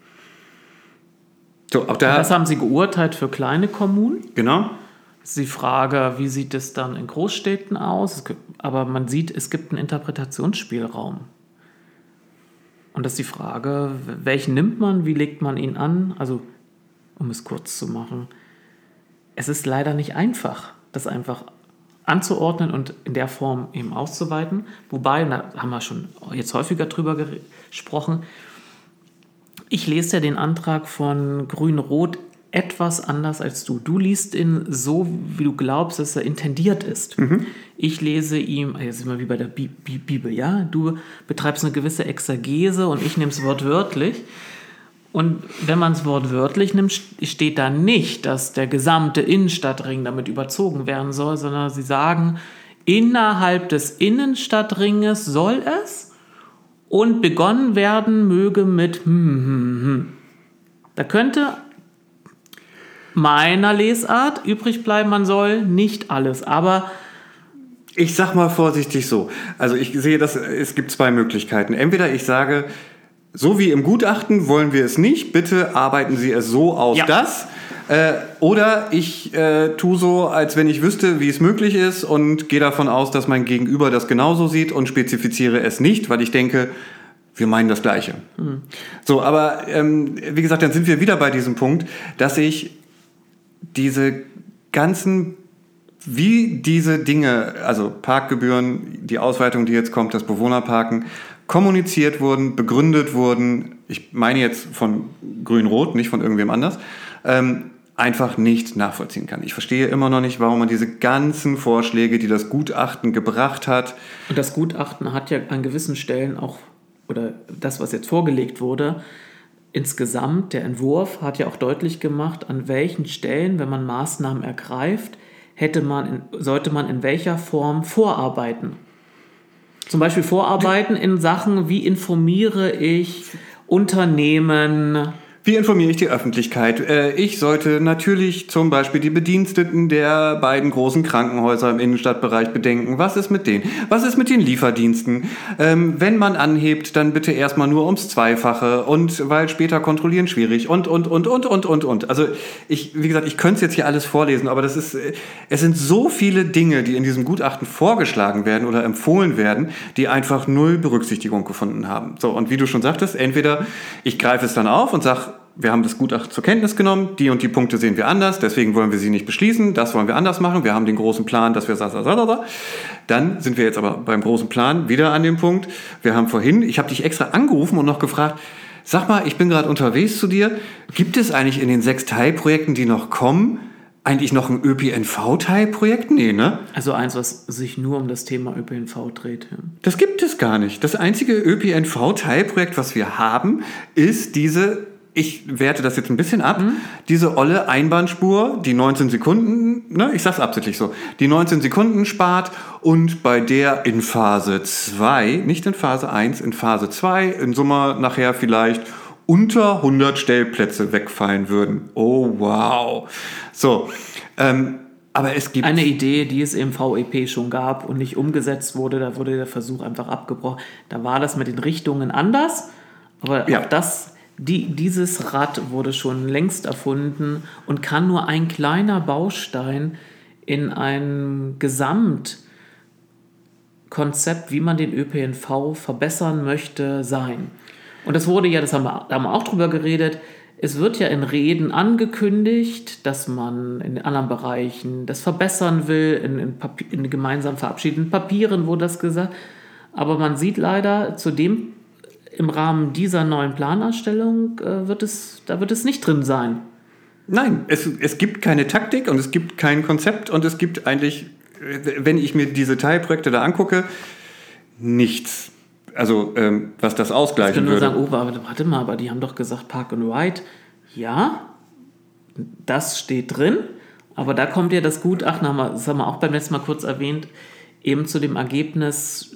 So, auch da, das haben sie geurteilt für kleine Kommunen. Genau. Das ist die Frage, wie sieht es dann in Großstädten aus? Aber man sieht, es gibt einen Interpretationsspielraum. Und das ist die Frage, welchen nimmt man, wie legt man ihn an? Also, um es kurz zu machen, es ist leider nicht einfach, das einfach anzuordnen und in der Form eben auszuweiten. Wobei, da haben wir schon jetzt häufiger drüber gesprochen, ich lese ja den Antrag von Grün-Rot etwas anders als du. Du liest ihn so, wie du glaubst, dass er intendiert ist. Mhm. Ich lese ihm, jetzt sind wir wie bei der Bibel, ja? Du betreibst eine gewisse Exegese und ich nehme es wortwörtlich. Und wenn man es wortwörtlich nimmt, steht da nicht, dass der gesamte Innenstadtring damit überzogen werden soll, sondern sie sagen, innerhalb des Innenstadtringes soll es und begonnen werden möge mit Da könnte meiner Lesart übrig bleiben, man soll nicht alles, aber ich sag mal vorsichtig so. Also ich sehe, es gibt zwei Möglichkeiten. Entweder ich sage, so wie im Gutachten wollen wir es nicht, bitte arbeiten Sie es so aus, dass. Oder ich tue so, als wenn ich wüsste, wie es möglich ist und gehe davon aus, dass mein Gegenüber das genauso sieht und spezifiziere es nicht, weil ich denke, wir meinen das Gleiche. So, aber wie gesagt, dann sind wir wieder bei diesem Punkt, dass ich diese ganzen, wie diese Dinge, also Parkgebühren, die Ausweitung, die jetzt kommt, das Bewohnerparken, kommuniziert wurden, begründet wurden, ich meine jetzt von Grün-Rot, nicht von irgendwem anders, einfach nicht nachvollziehen kann. Ich verstehe immer noch nicht, warum man diese ganzen Vorschläge, die das Gutachten gebracht hat. Und das Gutachten hat ja an gewissen Stellen auch, oder das, was jetzt vorgelegt wurde, insgesamt, der Entwurf hat ja auch deutlich gemacht, an welchen Stellen, wenn man Maßnahmen ergreift, sollte man in welcher Form vorarbeiten. Zum Beispiel vorarbeiten in Sachen, wie informiere ich Unternehmen. Wie informiere ich die Öffentlichkeit? Ich sollte natürlich zum Beispiel die Bediensteten der beiden großen Krankenhäuser im Innenstadtbereich bedenken. Was ist mit denen? Was ist mit den Lieferdiensten? Wenn man anhebt, dann bitte erstmal nur ums Zweifache und weil später kontrollieren schwierig und. Also wie gesagt, ich könnte es jetzt hier alles vorlesen, aber es sind so viele Dinge, die in diesem Gutachten vorgeschlagen werden oder empfohlen werden, die einfach null Berücksichtigung gefunden haben. So, und wie du schon sagtest, entweder ich greife es dann auf und sage, wir haben das Gutachten zur Kenntnis genommen, die und die Punkte sehen wir anders, deswegen wollen wir sie nicht beschließen, das wollen wir anders machen, wir haben den großen Plan, dass wir Dann sind wir jetzt aber beim großen Plan wieder an dem Punkt, ich habe dich extra angerufen und noch gefragt, sag mal, ich bin gerade unterwegs zu dir, gibt es eigentlich in den 6 Teilprojekten, die noch kommen, eigentlich noch ein ÖPNV-Teilprojekt? Nee, ne? Also eins, was sich nur um das Thema ÖPNV dreht. Ja. Das gibt es gar nicht. Das einzige ÖPNV-Teilprojekt, was wir haben, ist ich werte das jetzt ein bisschen ab, diese olle Einbahnspur, die 19 Sekunden, ne, ich sag's absichtlich so, die 19 Sekunden spart und bei der in Phase 2, nicht in Phase 1, in Phase 2 in Summe nachher vielleicht unter 100 Stellplätze wegfallen würden. Oh, wow. So, aber es gibt eine Idee, die es im VEP schon gab und nicht umgesetzt wurde, da wurde der Versuch einfach abgebrochen. Da war das mit den Richtungen anders, aber auch dieses Rad wurde schon längst erfunden und kann nur ein kleiner Baustein in ein Gesamtkonzept, wie man den ÖPNV verbessern möchte, sein. Und das wurde ja, da haben wir auch drüber geredet, es wird ja in Reden angekündigt, dass man in anderen Bereichen das verbessern will, in gemeinsam verabschiedeten Papieren wurde das gesagt. Aber man sieht leider, im Rahmen dieser neuen Planerstellung wird es nicht drin sein. Nein, es gibt keine Taktik und es gibt kein Konzept und es gibt eigentlich, wenn ich mir diese Teilprojekte da angucke, nichts. Also, was das ausgleichen würde. Ich kann nur sagen, warte mal, aber die haben doch gesagt Park and Ride. Ja, das steht drin, aber da kommt ja das Gutachten, das haben wir auch beim letzten Mal kurz erwähnt, eben zu dem Ergebnis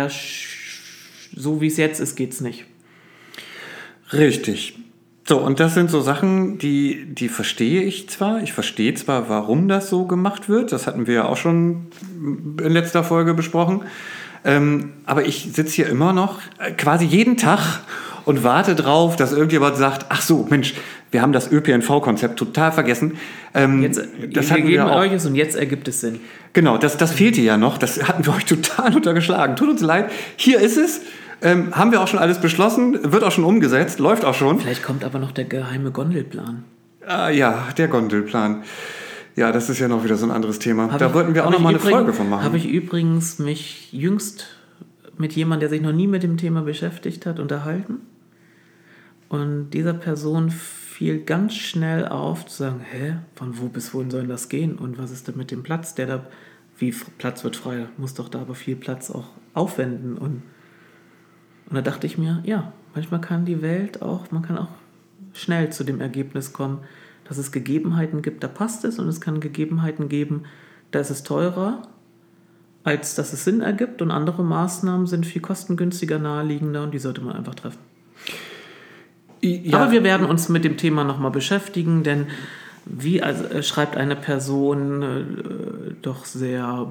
so wie es jetzt ist, geht's nicht. Richtig. So, und das sind so Sachen, die verstehe ich zwar. Ich verstehe zwar, warum das so gemacht wird. Das hatten wir ja auch schon in letzter Folge besprochen. Aber ich sitze hier immer noch quasi jeden Tag und warte drauf, dass irgendjemand sagt, ach so, Mensch, wir haben das ÖPNV-Konzept total vergessen. Wir geben euch es und jetzt ergibt es Sinn. Genau, das fehlte ja noch. Das hatten wir euch total untergeschlagen. Tut uns leid. Hier ist es. Haben wir auch schon alles beschlossen, wird auch schon umgesetzt, läuft auch schon. Vielleicht kommt aber noch der geheime Gondelplan. Ja, der Gondelplan. Ja, das ist ja noch wieder so ein anderes Thema. Da wollten wir auch noch mal eine Folge von machen. Habe ich übrigens mich jüngst mit jemandem, der sich noch nie mit dem Thema beschäftigt hat, unterhalten. Und dieser Person fiel ganz schnell auf, zu sagen, von wo bis wohin soll das gehen? Und was ist denn mit dem Platz, wie Platz wird frei? Muss doch da aber viel Platz auch aufwenden. Und da dachte ich mir, ja, manchmal kann die Welt auch, man kann auch schnell zu dem Ergebnis kommen, dass es Gegebenheiten gibt, da passt es, und es kann Gegebenheiten geben, da ist es teurer, als dass es Sinn ergibt, und andere Maßnahmen sind viel kostengünstiger, naheliegender, und die sollte man einfach treffen. Ja. Aber wir werden uns mit dem Thema nochmal beschäftigen, denn schreibt eine Person doch sehr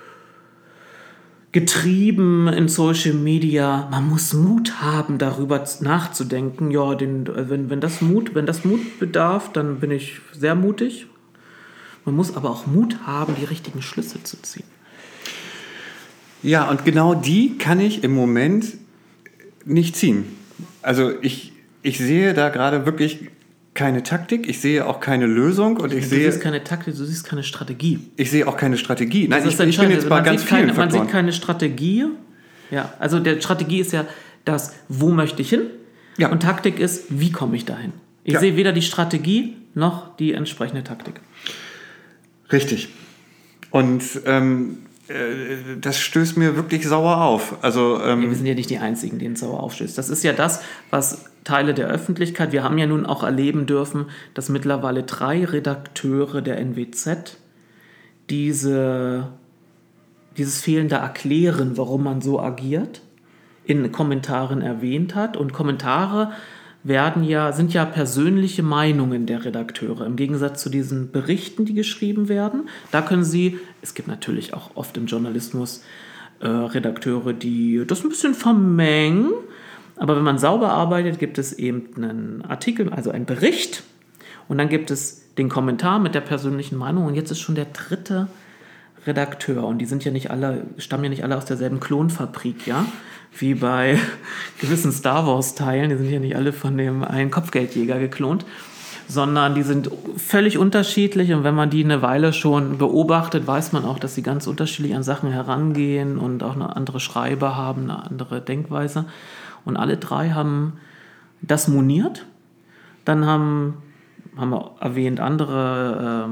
getrieben in Social Media, man muss Mut haben, darüber nachzudenken. Ja, wenn das Mut bedarf, dann bin ich sehr mutig. Man muss aber auch Mut haben, die richtigen Schlüsse zu ziehen. Ja, und genau die kann ich im Moment nicht ziehen. Also ich sehe da gerade wirklich keine Taktik, ich sehe auch keine Lösung, und du siehst keine Taktik, du siehst keine Strategie. Ich sehe auch keine Strategie. Nein, ich bin jetzt bei ganz vielen Faktoren. Man sieht keine Strategie. Ja, also der Strategie ist ja das, wo möchte ich hin? Ja. Und Taktik ist, wie komme ich dahin? Ich sehe weder die Strategie noch die entsprechende Taktik. Richtig. Und das stößt mir wirklich sauer auf. Also, wir sind ja nicht die Einzigen, denen es sauer aufstößt. Das ist ja das, was Teile der Öffentlichkeit, wir haben ja nun auch erleben dürfen, dass mittlerweile 3 Redakteure der NWZ dieses fehlende Erklären, warum man so agiert, in Kommentaren erwähnt hat. Und Kommentare sind ja persönliche Meinungen der Redakteure, im Gegensatz zu diesen Berichten, die geschrieben werden. Da können es gibt natürlich auch oft im Journalismus Redakteure, die das ein bisschen vermengen, aber wenn man sauber arbeitet, gibt es eben einen Artikel, also einen Bericht, und dann gibt es den Kommentar mit der persönlichen Meinung, und jetzt ist schon der 3. Redakteur, und die stammen ja nicht alle aus derselben Klonfabrik, ja, wie bei gewissen Star Wars Teilen, die sind ja nicht alle von dem einen Kopfgeldjäger geklont, sondern die sind völlig unterschiedlich, und wenn man die eine Weile schon beobachtet, weiß man auch, dass sie ganz unterschiedlich an Sachen herangehen und auch eine andere Schreiber haben, eine andere Denkweise, und alle 3 haben das moniert. Dann haben wir erwähnt, andere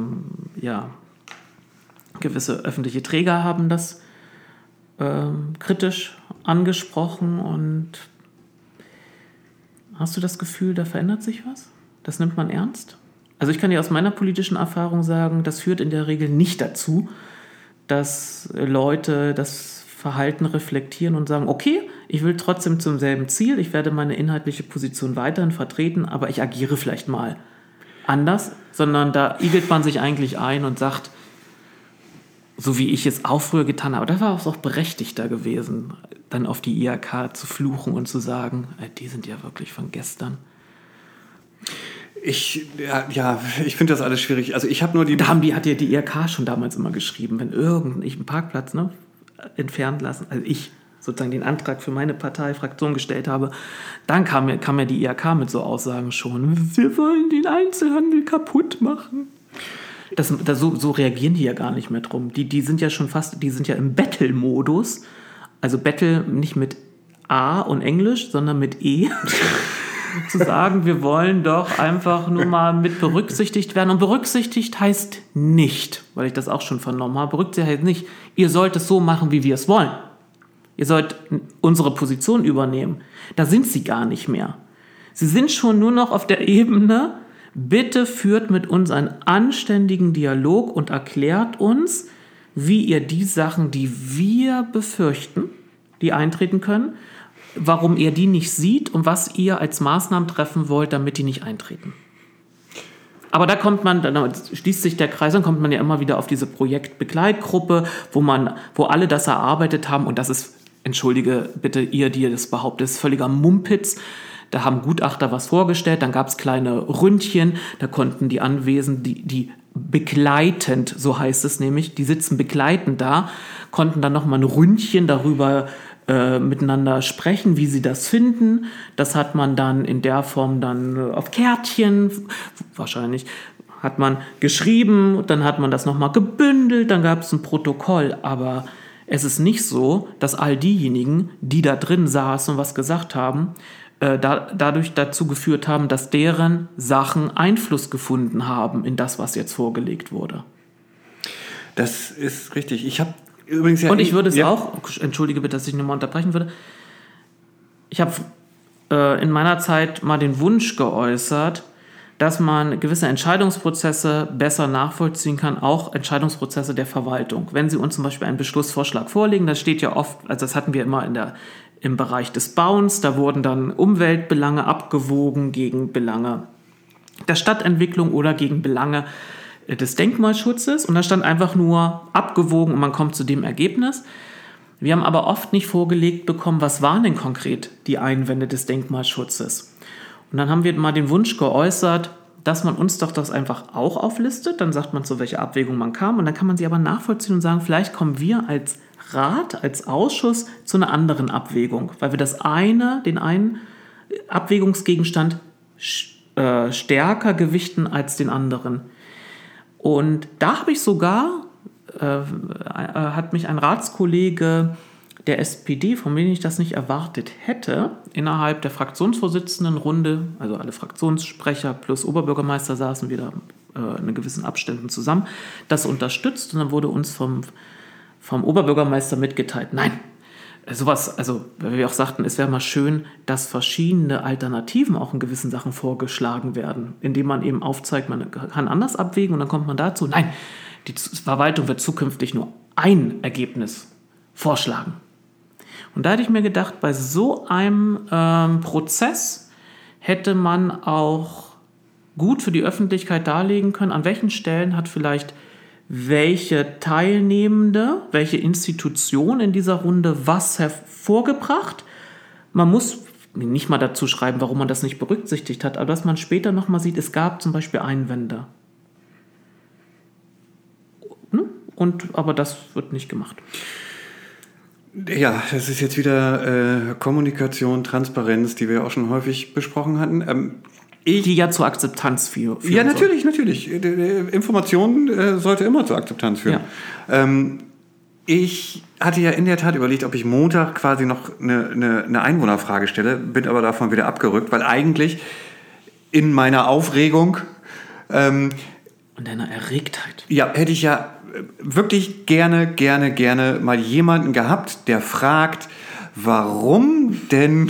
gewisse öffentliche Träger haben das kritisch angesprochen, und hast du das Gefühl, da verändert sich was? Das nimmt man ernst? Also ich kann dir aus meiner politischen Erfahrung sagen, das führt in der Regel nicht dazu, dass Leute das Verhalten reflektieren und sagen, okay, ich will trotzdem zum selben Ziel, ich werde meine inhaltliche Position weiterhin vertreten, aber ich agiere vielleicht mal anders, sondern da igelt man sich eigentlich ein und sagt, so wie ich es auch früher getan habe, da war es auch berechtigter gewesen, dann auf die IHK zu fluchen und zu sagen, die sind ja wirklich von gestern. Ich finde das alles schwierig. Also ich habe nur hat ja die IHK schon damals immer geschrieben, wenn ich einen Parkplatz entfernt lassen, also ich sozusagen den Antrag für meine Parteifraktion gestellt habe, dann kam ja die IHK mit so Aussagen schon, wir wollen den Einzelhandel kaputt machen. So reagieren die ja gar nicht mehr drum. Die sind ja schon die sind ja im Battle-Modus, also Battle nicht mit A und Englisch, sondern mit E, zu sagen, wir wollen doch einfach nur mal mit berücksichtigt werden. Und berücksichtigt heißt nicht, weil ich das auch schon vernommen habe, berücksichtigt heißt nicht, ihr sollt es so machen, wie wir es wollen. Ihr sollt unsere Position übernehmen. Da sind sie gar nicht mehr. Sie sind schon nur noch auf der Ebene, bitte führt mit uns einen anständigen Dialog und erklärt uns, wie ihr die Sachen, die wir befürchten, die eintreten können, warum ihr die nicht seht und was ihr als Maßnahmen treffen wollt, damit die nicht eintreten. Aber dann schließt sich der Kreis, dann kommt man ja immer wieder auf diese Projektbegleitgruppe, wo alle das erarbeitet haben, und das ist, entschuldige bitte ihr, die das behauptet, ist völliger Mumpitz. Da haben Gutachter was vorgestellt, dann gab es kleine Ründchen, da konnten die Anwesenden, die begleitend, so heißt es nämlich, die sitzen begleitend da, konnten dann nochmal ein Ründchen darüber miteinander sprechen, wie sie das finden. Das hat man dann in der Form dann auf Kärtchen, wahrscheinlich hat man geschrieben, dann hat man das nochmal gebündelt, dann gab es ein Protokoll, aber es ist nicht so, dass all diejenigen, die da drin saßen und was gesagt haben, dadurch dazu geführt haben, dass deren Sachen Einfluss gefunden haben in das, was jetzt vorgelegt wurde. Das ist richtig. Ich habe übrigens und ich würde es auch, entschuldige bitte, dass ich nochmal unterbrechen würde, ich habe in meiner Zeit mal den Wunsch geäußert, dass man gewisse Entscheidungsprozesse besser nachvollziehen kann, auch Entscheidungsprozesse der Verwaltung. Wenn Sie uns zum Beispiel einen Beschlussvorschlag vorlegen, das steht ja oft, also das hatten wir immer im Bereich des Bauens, da wurden dann Umweltbelange abgewogen gegen Belange der Stadtentwicklung oder gegen Belange des Denkmalschutzes und da stand einfach nur abgewogen und man kommt zu dem Ergebnis. Wir haben aber oft nicht vorgelegt bekommen, was waren denn konkret die Einwände des Denkmalschutzes. Und dann haben wir mal den Wunsch geäußert, dass man uns doch das einfach auch auflistet. Dann sagt man, zu welcher Abwägung man kam. Und dann kann man sie aber nachvollziehen und sagen, vielleicht kommen wir als Rat, als Ausschuss zu einer anderen Abwägung. Weil wir den einen Abwägungsgegenstand stärker gewichten als den anderen. Und da habe ich sogar, hat mich ein Ratskollege der SPD, von dem ich das nicht erwartet hätte, innerhalb der Fraktionsvorsitzendenrunde, also alle Fraktionssprecher plus Oberbürgermeister saßen wieder in gewissen Abständen zusammen, das unterstützt und dann wurde uns vom Oberbürgermeister mitgeteilt, nein, sowas, also weil wir auch sagten, es wäre mal schön, dass verschiedene Alternativen auch in gewissen Sachen vorgeschlagen werden, indem man eben aufzeigt, man kann anders abwägen und dann kommt man dazu, nein, die Verwaltung wird zukünftig nur ein Ergebnis vorschlagen. Und da hätte ich mir gedacht, bei so einem Prozess hätte man auch gut für die Öffentlichkeit darlegen können, an welchen Stellen hat vielleicht welche Teilnehmende, welche Institution in dieser Runde was hervorgebracht. Man muss nicht mal dazu schreiben, warum man das nicht berücksichtigt hat, aber dass man später nochmal sieht, es gab zum Beispiel Einwände. Aber das wird nicht gemacht. Ja, das ist jetzt wieder Kommunikation, Transparenz, die wir auch schon häufig besprochen hatten. Die ja zur Akzeptanz führen. Ja, natürlich. Information sollte immer zur Akzeptanz führen. Ja. Ich hatte ja in der Tat überlegt, ob ich Montag quasi noch eine Einwohnerfrage stelle, bin aber davon wieder abgerückt, weil eigentlich in meiner Aufregung und deiner Erregtheit. Ja, hätte ich ja wirklich gerne mal jemanden gehabt, der fragt, warum denn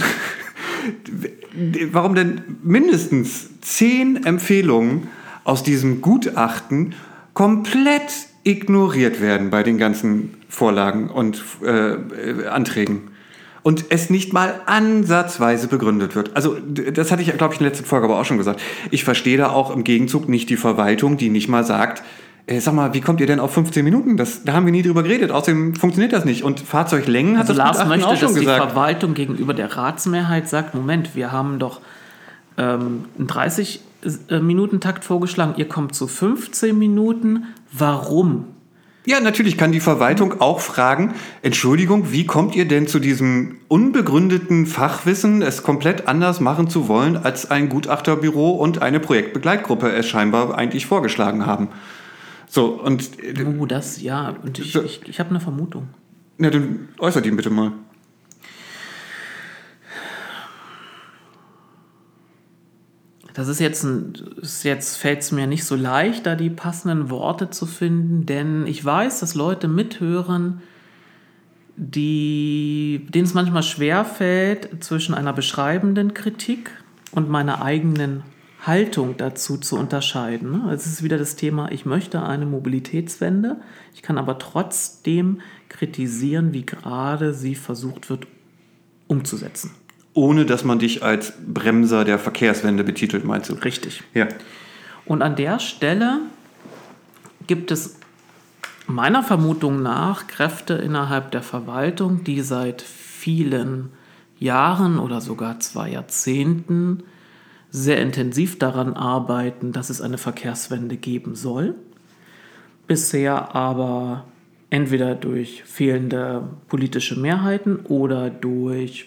mindestens 10 Empfehlungen aus diesem Gutachten komplett ignoriert werden bei den ganzen Vorlagen und Anträgen. Und es nicht mal ansatzweise begründet wird. Also das hatte ich, glaube ich, in der letzten Folge aber auch schon gesagt. Ich verstehe da auch im Gegenzug nicht die Verwaltung, die nicht mal sagt, sag mal, wie kommt ihr denn auf 15 Minuten? Da haben wir nie drüber geredet. Außerdem funktioniert das nicht. Und Fahrzeuglängen hat also das Lars möchte, auch schon dass gesagt. Die Verwaltung gegenüber der Ratsmehrheit sagt, Moment, wir haben doch einen 30-Minuten-Takt vorgeschlagen. Ihr kommt zu 15 Minuten. Warum? Ja, natürlich kann die Verwaltung auch fragen, Entschuldigung, wie kommt ihr denn zu diesem unbegründeten Fachwissen, es komplett anders machen zu wollen, als ein Gutachterbüro und eine Projektbegleitgruppe es scheinbar eigentlich vorgeschlagen haben? So, und das, ja, und ich habe eine Vermutung. Na, dann äußert ihn bitte mal. Jetzt fällt es mir nicht so leicht, da die passenden Worte zu finden, denn ich weiß, dass Leute mithören, denen es manchmal schwerfällt, zwischen einer beschreibenden Kritik und meiner eigenen Haltung dazu zu unterscheiden. Es ist wieder das Thema, ich möchte eine Mobilitätswende, ich kann aber trotzdem kritisieren, wie gerade sie versucht wird umzusetzen. Ohne, dass man dich als Bremser der Verkehrswende betitelt, meinst du? Richtig. Ja. Und an der Stelle gibt es meiner Vermutung nach Kräfte innerhalb der Verwaltung, die seit vielen Jahren oder sogar 2 Jahrzehnten sehr intensiv daran arbeiten, dass es eine Verkehrswende geben soll. Bisher aber entweder durch fehlende politische Mehrheiten oder durch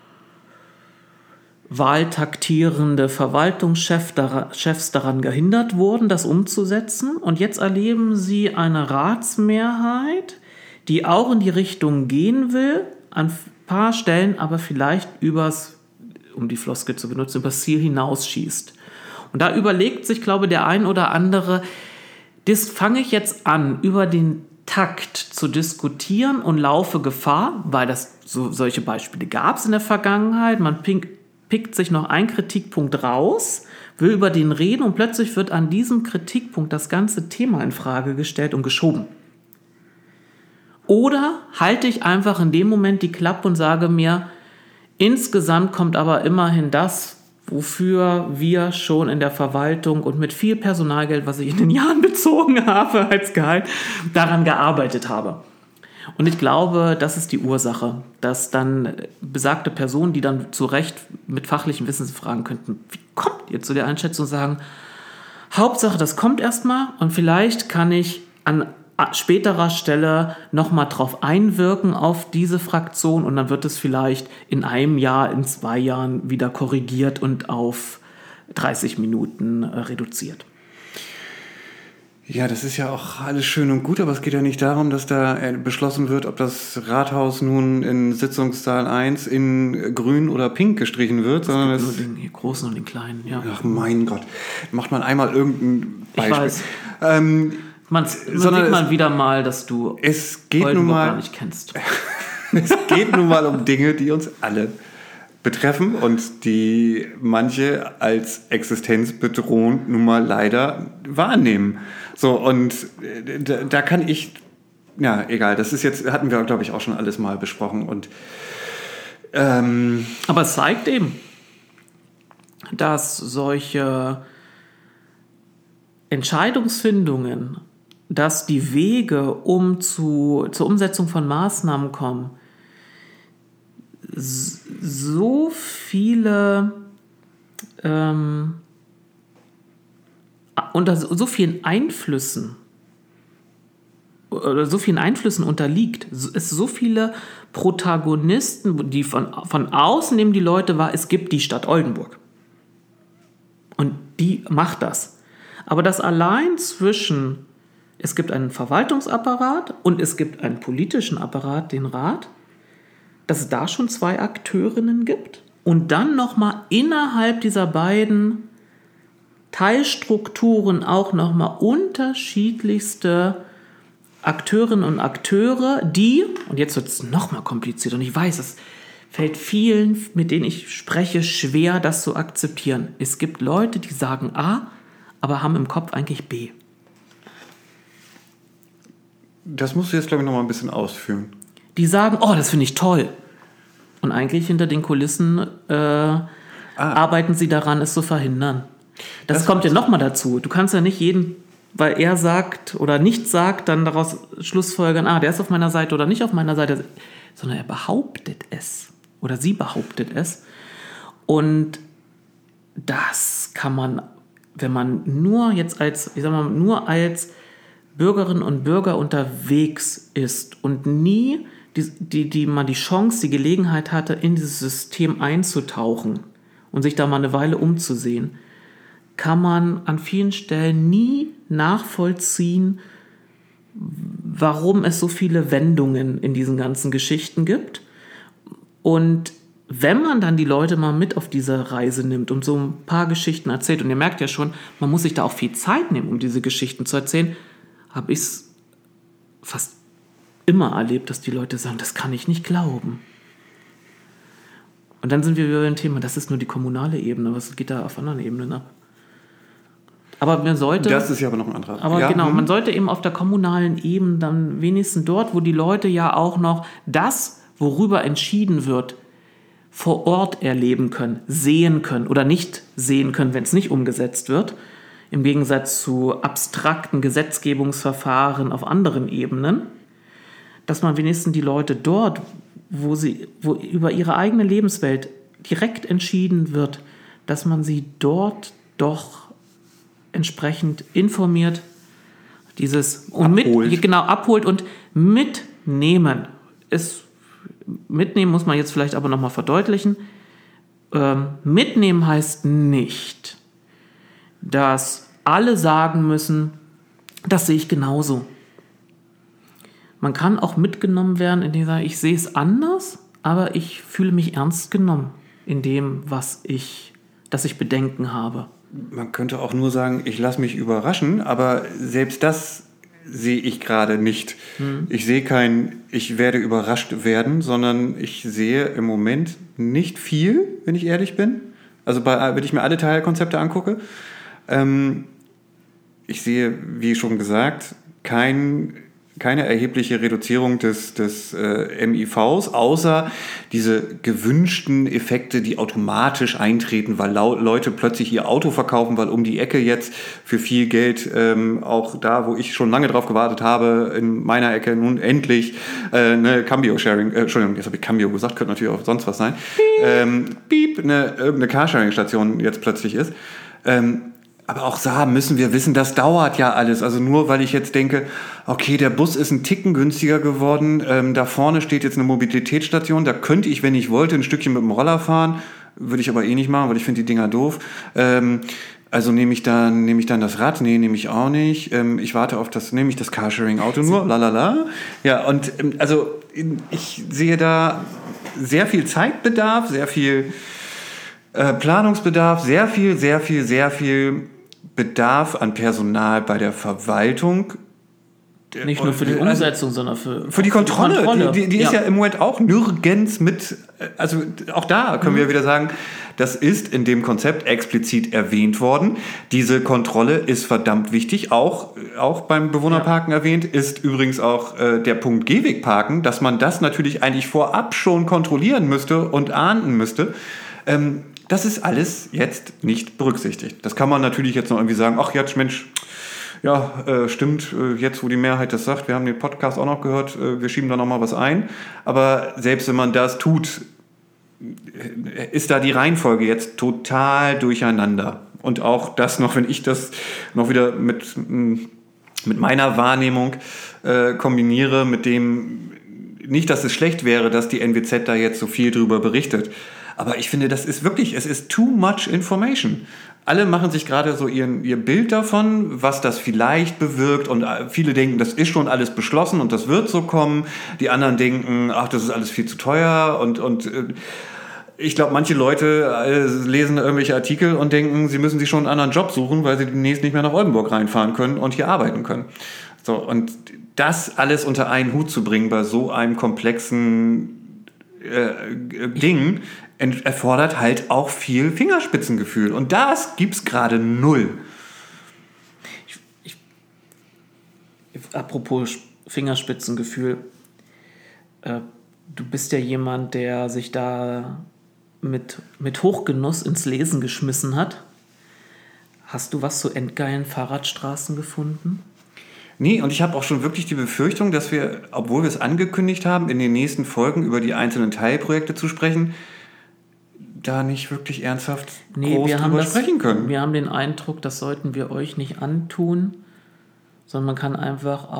wahltaktierende Verwaltungschefs daran gehindert wurden, das umzusetzen. Und jetzt erleben sie eine Ratsmehrheit, die auch in die Richtung gehen will, an ein paar Stellen aber vielleicht um die Floskel zu benutzen, übers Ziel hinausschießt. Und da überlegt sich, glaube ich, der ein oder andere, das fange ich jetzt an, über den Takt zu diskutieren und laufe Gefahr, weil solche Beispiele gab es in der Vergangenheit. Man pickt sich noch ein Kritikpunkt raus, will über den reden und plötzlich wird an diesem Kritikpunkt das ganze Thema in Frage gestellt und geschoben. Oder halte ich einfach in dem Moment die Klappe und sage mir, insgesamt kommt aber immerhin das, wofür wir schon in der Verwaltung und mit viel Personalgeld, was ich in den Jahren bezogen habe als Gehalt, daran gearbeitet habe. Und ich glaube, das ist die Ursache, dass dann besagte Personen, die dann zu Recht mit fachlichen Wissen fragen könnten, wie kommt ihr zu der Einschätzung und sagen, Hauptsache, das kommt erstmal und vielleicht kann ich an späterer Stelle nochmal drauf einwirken auf diese Fraktion und dann wird es vielleicht in einem Jahr, in 2 Jahren wieder korrigiert und auf 30 Minuten reduziert. Ja, das ist ja auch alles schön und gut, aber es geht ja nicht darum, dass da beschlossen wird, ob das Rathaus nun in Sitzungssaal 1 in grün oder pink gestrichen wird, sondern es gibt nur den großen und den kleinen, ja. Ach mein Gott, macht man einmal irgendein Beispiel. Ich weiß. Man sieht mal wieder mal, dass du Oldenburg gar nicht kennst. Es geht nun mal um Dinge, die uns alle betreffen und die manche als existenzbedrohend nun mal leider wahrnehmen. So, und da kann ich, ja, egal, das ist jetzt, hatten wir, glaube ich, auch schon alles mal besprochen. Und aber es zeigt eben, dass solche Entscheidungsfindungen, dass die Wege zur Umsetzung von Maßnahmen kommen, so viele unter so vielen Einflüssen unterliegt, es so viele Protagonisten, die von außen nehmen die Leute wahr, es gibt die Stadt Oldenburg und die macht das. Aber das allein zwischen, es gibt einen Verwaltungsapparat und es gibt einen politischen Apparat, den Rat, dass es da schon 2 Akteurinnen gibt und dann nochmal innerhalb dieser beiden Teilstrukturen auch nochmal unterschiedlichste Akteurinnen und Akteure, die, und jetzt wird es nochmal kompliziert und ich weiß, es fällt vielen, mit denen ich spreche, schwer, das zu akzeptieren. Es gibt Leute, die sagen A, aber haben im Kopf eigentlich B. Das musst du jetzt, glaube ich, nochmal ein bisschen ausführen. Die sagen, oh, das finde ich toll. Und eigentlich hinter den Kulissen arbeiten sie daran, es zu verhindern. Das kommt ja nochmal dazu. Du kannst ja nicht jeden, weil er sagt oder nichts sagt, dann daraus schlussfolgern, der ist auf meiner Seite oder nicht auf meiner Seite, sondern er behauptet es oder sie behauptet es. Und das kann man, wenn man nur jetzt als Bürgerinnen und Bürger unterwegs ist und nie die man die Chance, die Gelegenheit hatte, in dieses System einzutauchen und sich da mal eine Weile umzusehen, kann man an vielen Stellen nie nachvollziehen, warum es so viele Wendungen in diesen ganzen Geschichten gibt. Und wenn man dann die Leute mal mit auf diese Reise nimmt und so ein paar Geschichten erzählt, und ihr merkt ja schon, man muss sich da auch viel Zeit nehmen, um diese Geschichten zu erzählen, habe ich es fast immer erlebt, dass die Leute sagen, das kann ich nicht glauben. Und dann sind wir wieder beim Thema, das ist nur die kommunale Ebene, was geht da auf anderen Ebenen ab? Aber man sollte... Das ist ja aber noch ein anderer... Aber ja, genau, man sollte eben auf der kommunalen Ebene dann wenigstens dort, wo die Leute ja auch noch das, worüber entschieden wird, vor Ort erleben können, sehen können oder nicht sehen können, wenn es nicht umgesetzt wird, im Gegensatz zu abstrakten Gesetzgebungsverfahren auf anderen Ebenen, dass man wenigstens die Leute dort, wo über ihre eigene Lebenswelt direkt entschieden wird, dass man sie dort doch entsprechend informiert, abholt und mitnehmen. Mitnehmen muss man jetzt vielleicht aber nochmal verdeutlichen. Mitnehmen heißt nicht, dass alle sagen müssen, das sehe ich genauso. Man kann auch mitgenommen werden, indem ich sage, ich sehe es anders, aber ich fühle mich ernst genommen in dem, dass ich Bedenken habe. Man könnte auch nur sagen, ich lasse mich überraschen, aber selbst das sehe ich gerade nicht. Ich sehe ich werde überrascht werden, sondern ich sehe im Moment nicht viel, wenn ich ehrlich bin. Also wenn ich mir alle Teilkonzepte angucke. Ich sehe, wie schon gesagt, keine erhebliche Reduzierung des MIVs, außer diese gewünschten Effekte, die automatisch eintreten, weil Leute plötzlich ihr Auto verkaufen, weil um die Ecke jetzt für viel Geld, auch da, wo ich schon lange drauf gewartet habe, in meiner Ecke nun endlich eine Cambio-Sharing, Entschuldigung, jetzt habe ich Cambio gesagt, könnte natürlich auch sonst was sein, irgendeine Carsharing-Station jetzt plötzlich ist. Aber auch da müssen wir wissen, das dauert ja alles. Also nur weil ich jetzt denke, okay, der Bus ist ein Ticken günstiger geworden, da vorne steht jetzt eine Mobilitätsstation, da könnte ich, wenn ich wollte, ein Stückchen mit dem Roller fahren, würde ich aber eh nicht machen, weil ich finde die Dinger doof. Also nehme ich dann das Rad? Nee, nehme ich auch nicht. Ich warte auf nehme ich das Carsharing-Auto nur, lalala. Ja, und also ich sehe da sehr viel Zeitbedarf, sehr viel Planungsbedarf, sehr viel Bedarf an Personal bei der Verwaltung. Nicht nur für die Umsetzung, sondern für die Kontrolle. Die ist ja im Moment auch nirgends mit, also auch da können wir wieder sagen, das ist in dem Konzept explizit erwähnt worden. Diese Kontrolle ist verdammt wichtig, auch beim Bewohnerparken erwähnt, ist übrigens auch der Punkt Gehwegparken, dass man das natürlich eigentlich vorab schon kontrollieren müsste und ahnden müsste. Das ist alles jetzt nicht berücksichtigt. Das kann man natürlich jetzt noch irgendwie sagen, ach jetzt Mensch, ja, stimmt, jetzt wo die Mehrheit das sagt, wir haben den Podcast auch noch gehört, wir schieben da noch mal was ein. Aber selbst wenn man das tut, ist da die Reihenfolge jetzt total durcheinander. Und auch das noch, wenn ich das noch wieder mit meiner Wahrnehmung kombiniere, mit dem, nicht, dass es schlecht wäre, dass die NWZ da jetzt so viel drüber berichtet. Aber ich finde, es ist too much information. Alle machen sich gerade so ihr Bild davon, was das vielleicht bewirkt. Und viele denken, das ist schon alles beschlossen und das wird so kommen. Die anderen denken, ach, das ist alles viel zu teuer. Und ich glaube, manche Leute lesen irgendwelche Artikel und denken, sie müssen sich schon einen anderen Job suchen, weil sie demnächst nicht mehr nach Oldenburg reinfahren können und hier arbeiten können. So, und das alles unter einen Hut zu bringen bei so einem komplexen Ding, erfordert halt auch viel Fingerspitzengefühl. Und das gibt's gerade null. Apropos Fingerspitzengefühl, du bist ja jemand, der sich da mit Hochgenuss ins Lesen geschmissen hat. Hast du was zu endgeilen Fahrradstraßen gefunden? Nee, und ich habe auch schon wirklich die Befürchtung, dass wir, obwohl wir es angekündigt haben, in den nächsten Folgen über die einzelnen Teilprojekte zu sprechen, da nicht wirklich ernsthaft groß drüber sprechen können. Wir haben den Eindruck, das sollten wir euch nicht antun, sondern man kann einfach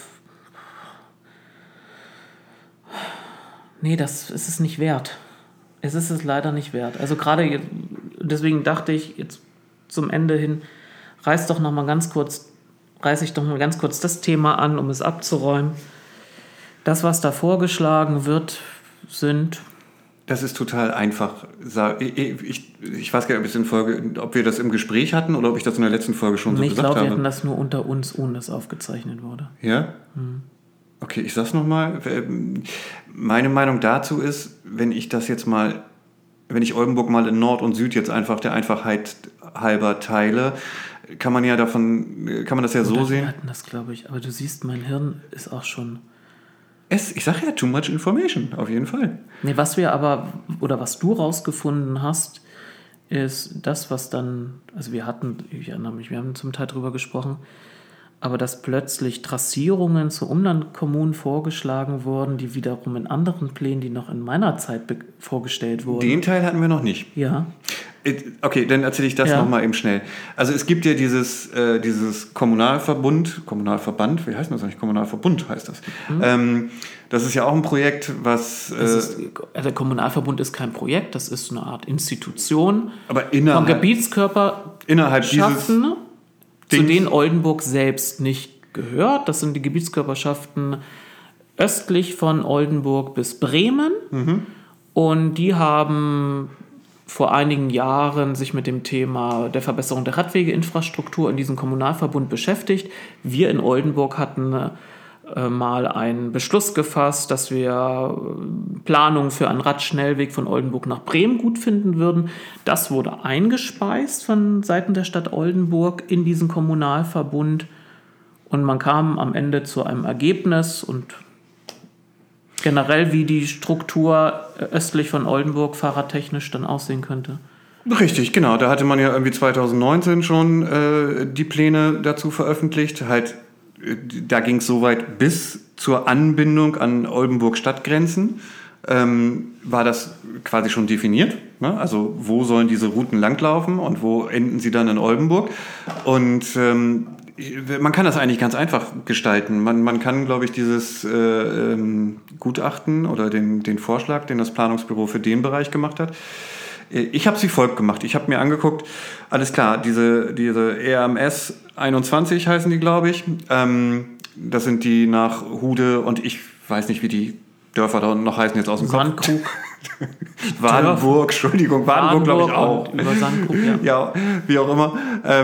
Nee, das ist es nicht wert. Es ist es leider nicht wert. Also gerade deswegen dachte ich jetzt zum Ende hin, reiße ich doch noch mal ganz kurz das Thema an, um es abzuräumen. Das, was da vorgeschlagen wird, sind... Das ist total einfach. Ich weiß gar nicht, ob wir das im Gespräch hatten oder ob ich das in der letzten Folge schon so gesagt habe. Ich glaube, wir hatten das nur unter uns, ohne dass aufgezeichnet wurde. Ja? Okay, ich sag's nochmal. Meine Meinung dazu ist, wenn ich Oldenburg mal in Nord und Süd jetzt einfach der Einfachheit halber teile, kann man das ja so sehen. Wir hatten das, glaube ich. Aber du siehst, mein Hirn ist auch schon... Ich sage ja, too much information, auf jeden Fall. Nee, was du rausgefunden hast, ist das, was dann, also ich erinnere mich, wir haben zum Teil drüber gesprochen, aber dass plötzlich Trassierungen zu Umlandkommunen vorgeschlagen wurden, die wiederum in anderen Plänen, die noch in meiner Zeit vorgestellt wurden. Den Teil hatten wir noch nicht. Ja. Okay, dann erzähle ich das nochmal eben schnell. Also es gibt ja dieses Kommunalverband, wie heißt das eigentlich? Kommunalverbund heißt das. Das ist ja auch ein Projekt, was... der Kommunalverbund ist kein Projekt, das ist eine Art Institution aber von Gebietskörperschaften, zu denen Oldenburg selbst nicht gehört. Das sind die Gebietskörperschaften östlich von Oldenburg bis Bremen. Und die haben vor einigen Jahren sich mit dem Thema der Verbesserung der Radwegeinfrastruktur in diesem Kommunalverbund beschäftigt. Wir in Oldenburg hatten mal einen Beschluss gefasst, dass wir Planungen für einen Radschnellweg von Oldenburg nach Bremen gut finden würden. Das wurde eingespeist von Seiten der Stadt Oldenburg in diesen Kommunalverbund und man kam am Ende zu einem Ergebnis und generell, wie die Struktur östlich von Oldenburg fahrradtechnisch dann aussehen könnte. Richtig, genau. Da hatte man ja irgendwie 2019 schon die Pläne dazu veröffentlicht. Halt, da ging es soweit bis zur Anbindung an Oldenburg-Stadtgrenzen. War das quasi schon definiert. Ne? Also wo sollen diese Routen langlaufen und wo enden sie dann in Oldenburg? Und man kann das eigentlich ganz einfach gestalten. Man kann, glaube ich, dieses Gutachten oder den Vorschlag, den das Planungsbüro für den Bereich gemacht hat, ich habe sie folgt gemacht. Ich habe mir angeguckt, alles klar, diese ERMS 21 heißen die, glaube ich. Das sind die nach Hude und ich weiß nicht, wie die Dörfer da unten noch heißen jetzt aus dem Sandkrug. Kopf. Wadenburg, Entschuldigung, Wadenburg glaube ich auch. Über Sandkrug, ja. Ja, wie auch immer.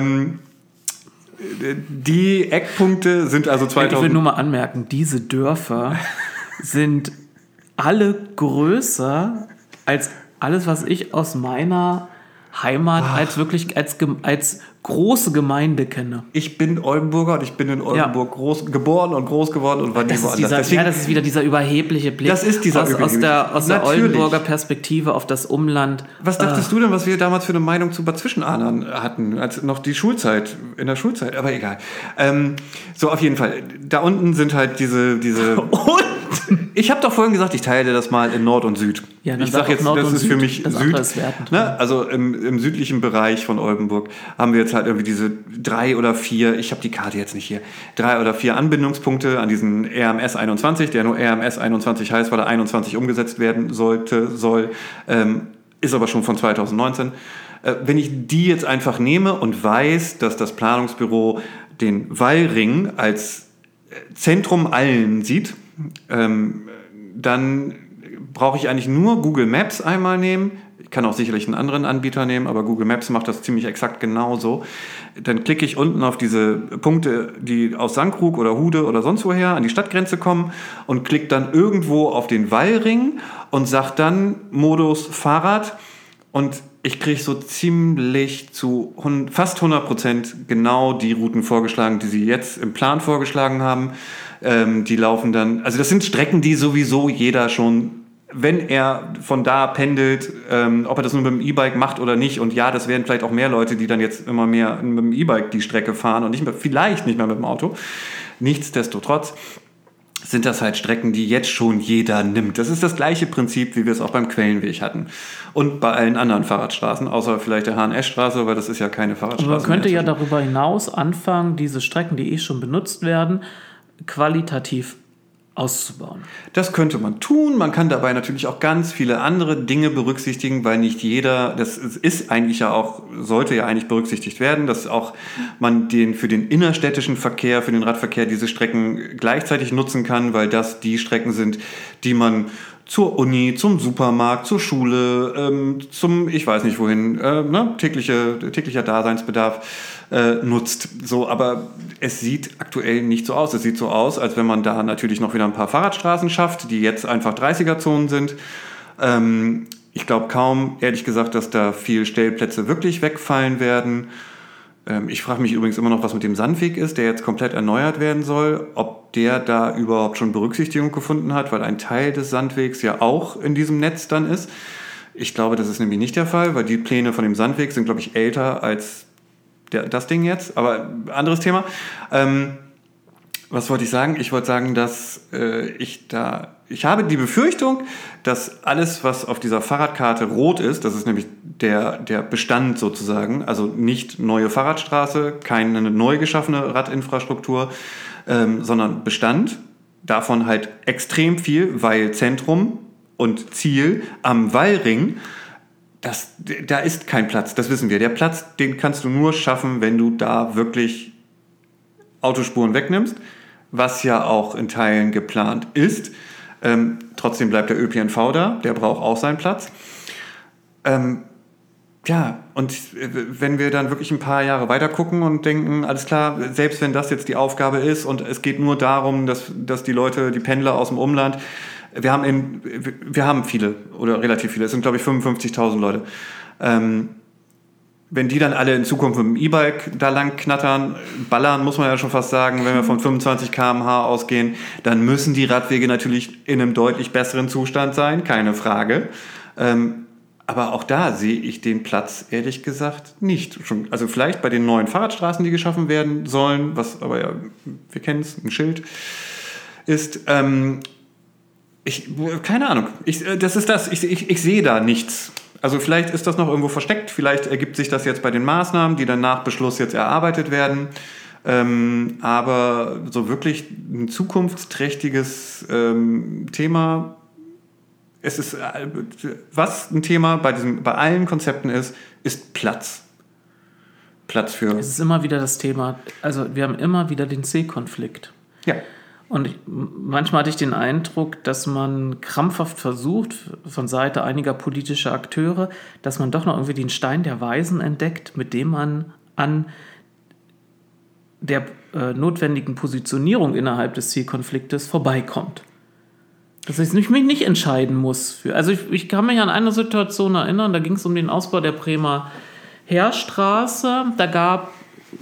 Die Eckpunkte sind also 2000... Ich will nur mal anmerken, diese Dörfer sind alle größer als alles, was ich aus meiner Heimat als große Gemeinde kenne. Ich bin Oldenburger und ich bin in Oldenburg geboren und groß geworden und war nie woanders. Das ist wieder dieser überhebliche Blick das ist dieser aus der Oldenburger Perspektive auf das Umland. Was dachtest du denn, was wir damals für eine Meinung zu Bad Zwischenahnern hatten, als noch die Schulzeit, in der Schulzeit, aber egal. So, auf jeden Fall. Da unten sind halt diese Ich habe doch vorhin gesagt, ich teile das mal in Nord und Süd. Ja, ich sage jetzt, das ist für mich das Süd. Ist wertend, ne? Also im südlichen Bereich von Oldenburg haben wir jetzt halt irgendwie diese 3 oder 4, ich habe die Karte jetzt nicht hier, 3 oder 4 Anbindungspunkte an diesen RMS 21, der nur RMS 21 heißt, weil er 21 umgesetzt werden soll, ist aber schon von 2019. Wenn ich die jetzt einfach nehme und weiß, dass das Planungsbüro den Wallring als Zentrum allen sieht, dann brauche ich eigentlich nur Google Maps einmal nehmen. Ich kann auch sicherlich einen anderen Anbieter nehmen, aber Google Maps macht das ziemlich exakt genauso. Dann klicke ich unten auf diese Punkte, die aus Sandkrug oder Hude oder sonst woher an die Stadtgrenze kommen und klicke dann irgendwo auf den Wallring und sage dann Modus Fahrrad und ich kriege so ziemlich zu fast 100% genau die Routen vorgeschlagen, die sie jetzt im Plan vorgeschlagen haben. Die laufen dann, also das sind Strecken, die sowieso jeder schon, wenn er von da pendelt, ob er das nur mit dem E-Bike macht oder nicht. Und ja, das werden vielleicht auch mehr Leute, die dann jetzt immer mehr mit dem E-Bike die Strecke fahren und vielleicht nicht mehr mit dem Auto. Nichtsdestotrotz sind das halt Strecken, die jetzt schon jeder nimmt. Das ist das gleiche Prinzip, wie wir es auch beim Quellenweg hatten. Und bei allen anderen Fahrradstraßen, außer vielleicht der Hahn-Esch-Straße, weil das ist ja keine Fahrradstraße. Man könnte ja darüber hinaus anfangen, diese Strecken, die schon benutzt werden, qualitativ auszubauen. Das könnte man tun. Man kann dabei natürlich auch ganz viele andere Dinge berücksichtigen, weil nicht jeder, das ist eigentlich ja auch, sollte ja eigentlich berücksichtigt werden, dass auch man für den innerstädtischen Verkehr, für den Radverkehr diese Strecken gleichzeitig nutzen kann, weil das die Strecken sind, die man zur Uni, zum Supermarkt, zur Schule, zum ich weiß nicht wohin, täglicher Daseinsbedarf nutzt. So, aber es sieht aktuell nicht so aus. Es sieht so aus, als wenn man da natürlich noch wieder ein paar Fahrradstraßen schafft, die jetzt einfach 30er-Zonen sind. Ich glaube kaum, ehrlich gesagt, dass da viele Stellplätze wirklich wegfallen werden. Ich frage mich übrigens immer noch, was mit dem Sandweg ist, der jetzt komplett erneuert werden soll, ob der da überhaupt schon Berücksichtigung gefunden hat, weil ein Teil des Sandwegs ja auch in diesem Netz dann ist. Ich glaube, das ist nämlich nicht der Fall, weil die Pläne von dem Sandweg sind, glaube ich, älter als das Ding jetzt, aber anderes Thema. Was wollte ich sagen? Ich wollte sagen, dass ich habe die Befürchtung, dass alles, was auf dieser Fahrradkarte rot ist, das ist nämlich der Bestand sozusagen, also nicht neue Fahrradstraße, keine neu geschaffene Radinfrastruktur, sondern Bestand, davon halt extrem viel, weil Zentrum und Ziel am Wallring, da ist kein Platz, das wissen wir. Der Platz, den kannst du nur schaffen, wenn du da wirklich Autospuren wegnimmst, was ja auch in Teilen geplant ist. Trotzdem bleibt der ÖPNV da, der braucht auch seinen Platz. Ja, und wenn wir dann wirklich ein paar Jahre weiter gucken und denken, alles klar, selbst wenn das jetzt die Aufgabe ist und es geht nur darum, dass die Leute, die Pendler aus dem Umland, wir haben viele oder relativ viele, es sind glaube ich 55.000 Leute. Wenn die dann alle in Zukunft mit dem E-Bike da lang knattern, ballern, muss man ja schon fast sagen, wenn wir von 25 km/h ausgehen, dann müssen die Radwege natürlich in einem deutlich besseren Zustand sein, keine Frage. Aber auch da sehe ich den Platz, ehrlich gesagt, nicht. Also vielleicht bei den neuen Fahrradstraßen, die geschaffen werden sollen, was aber ja, wir kennen es, ein Schild ist. Keine Ahnung. Ich sehe da nichts. Also vielleicht ist das noch irgendwo versteckt, vielleicht ergibt sich das jetzt bei den Maßnahmen, die dann nach Beschluss jetzt erarbeitet werden. Aber so wirklich ein zukunftsträchtiges Thema, es ist, was ein Thema bei allen Konzepten ist Platz. Platz für... Es ist immer wieder das Thema, also wir haben immer wieder den Zielkonflikt. Ja. Und manchmal hatte ich den Eindruck, dass man krampfhaft versucht, von Seite einiger politischer Akteure, dass man doch noch irgendwie den Stein der Weisen entdeckt, mit dem man an der notwendigen Positionierung innerhalb des Zielkonfliktes vorbeikommt. Dass ich mich nicht entscheiden muss. Also ich kann mich an eine Situation erinnern, da ging es um den Ausbau der Bremer Heerstraße. Da gab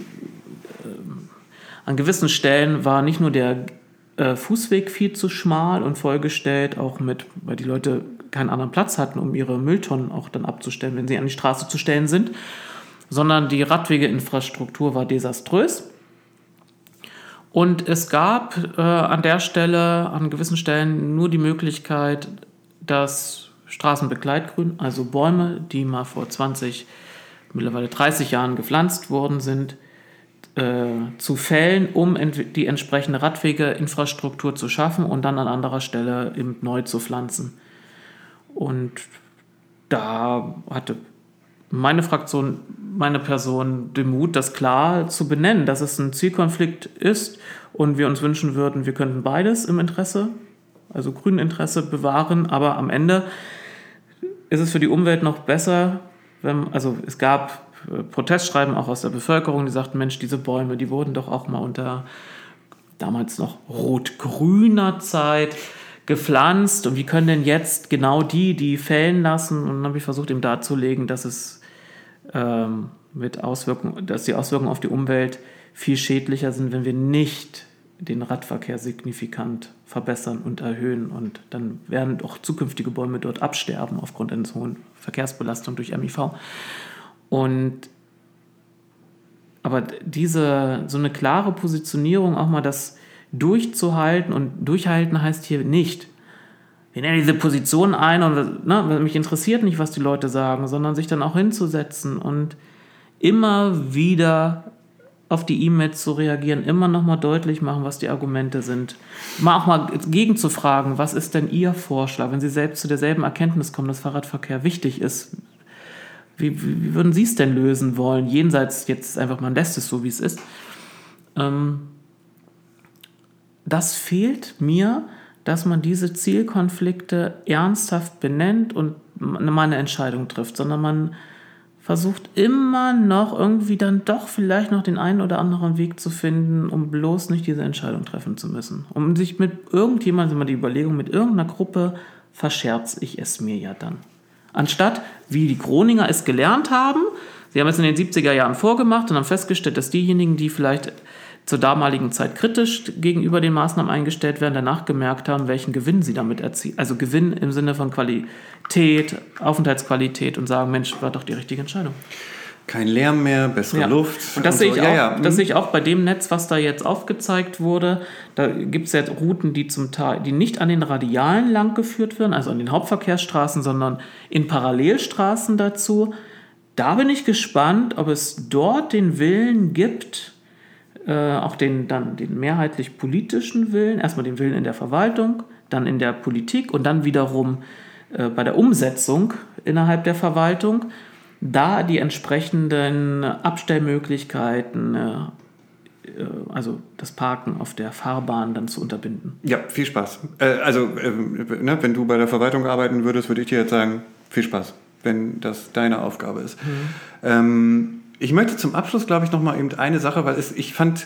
an gewissen Stellen war nicht nur der Fußweg viel zu schmal und vollgestellt, auch weil die Leute keinen anderen Platz hatten, um ihre Mülltonnen auch dann abzustellen, wenn sie an die Straße zu stellen sind, sondern die Radwegeinfrastruktur war desaströs. Und es gab an der Stelle, an gewissen Stellen nur die Möglichkeit, dass Straßenbegleitgrün, also Bäume, die mal vor 20, mittlerweile 30 Jahren gepflanzt worden sind, zu fällen, um die entsprechende Radwegeinfrastruktur zu schaffen und dann an anderer Stelle eben neu zu pflanzen. Und da hatte meine Fraktion, meine Person den Mut, das klar zu benennen, dass es ein Zielkonflikt ist und wir uns wünschen würden, wir könnten beides im Interesse, also grünen Interesse bewahren, aber am Ende ist es für die Umwelt noch besser, es gab Protestschreiben auch aus der Bevölkerung, die sagten, Mensch, diese Bäume, die wurden doch auch mal unter damals noch rot-grüner Zeit gepflanzt und wie können denn jetzt genau die fällen lassen? Und dann habe ich versucht, ihm darzulegen, dass es dass die Auswirkungen auf die Umwelt viel schädlicher sind, wenn wir nicht den Radverkehr signifikant verbessern und erhöhen. Und dann werden doch zukünftige Bäume dort absterben aufgrund einer hohen Verkehrsbelastung durch MIV. Aber so eine klare Positionierung, auch mal das durchzuhalten, und durchhalten heißt hier nicht, wir nehmen diese Position ein und mich interessiert nicht, was die Leute sagen, sondern sich dann auch hinzusetzen und immer wieder auf die E-Mails zu reagieren, immer nochmal deutlich machen, was die Argumente sind. Auch mal gegenzufragen, was ist denn Ihr Vorschlag, wenn Sie selbst zu derselben Erkenntnis kommen, dass Fahrradverkehr wichtig ist. Wie würden Sie es denn lösen wollen? Jenseits jetzt einfach, man lässt es so, wie es ist. Das fehlt mir, dass man diese Zielkonflikte ernsthaft benennt und mal eine Entscheidung trifft, sondern man versucht immer noch irgendwie dann doch vielleicht noch den einen oder anderen Weg zu finden, um bloß nicht diese Entscheidung treffen zu müssen. Um sich mit irgendjemandem, immer die Überlegung, mit irgendeiner Gruppe verscherze ich es mir ja dann. Anstatt, wie die Groninger es gelernt haben, sie haben es in den 70er Jahren vorgemacht und haben festgestellt, dass diejenigen, die vielleicht zur damaligen Zeit kritisch gegenüber den Maßnahmen eingestellt werden, danach gemerkt haben, welchen Gewinn sie damit erzielen. Also Gewinn im Sinne von Qualität, Aufenthaltsqualität und sagen, Mensch, war doch die richtige Entscheidung. Kein Lärm mehr, bessere Luft. Und das sehe ich auch bei dem Netz, was da jetzt aufgezeigt wurde. Da gibt es ja Routen, die zum Teil, die nicht an den Radialen lang geführt werden, also an den Hauptverkehrsstraßen, sondern in Parallelstraßen dazu. Da bin ich gespannt, ob es dort den Willen gibt, auch den mehrheitlich politischen Willen, erstmal den Willen in der Verwaltung, dann in der Politik und dann wiederum bei der Umsetzung innerhalb der Verwaltung, da die entsprechenden Abstellmöglichkeiten, also das Parken auf der Fahrbahn dann zu unterbinden. Ja, viel Spaß. Wenn du bei der Verwaltung arbeiten würdest, würde ich dir jetzt sagen, viel Spaß. wenn das deine Aufgabe ist. Ich möchte zum Abschluss, glaube ich, nochmal eben eine Sache, weil ich fand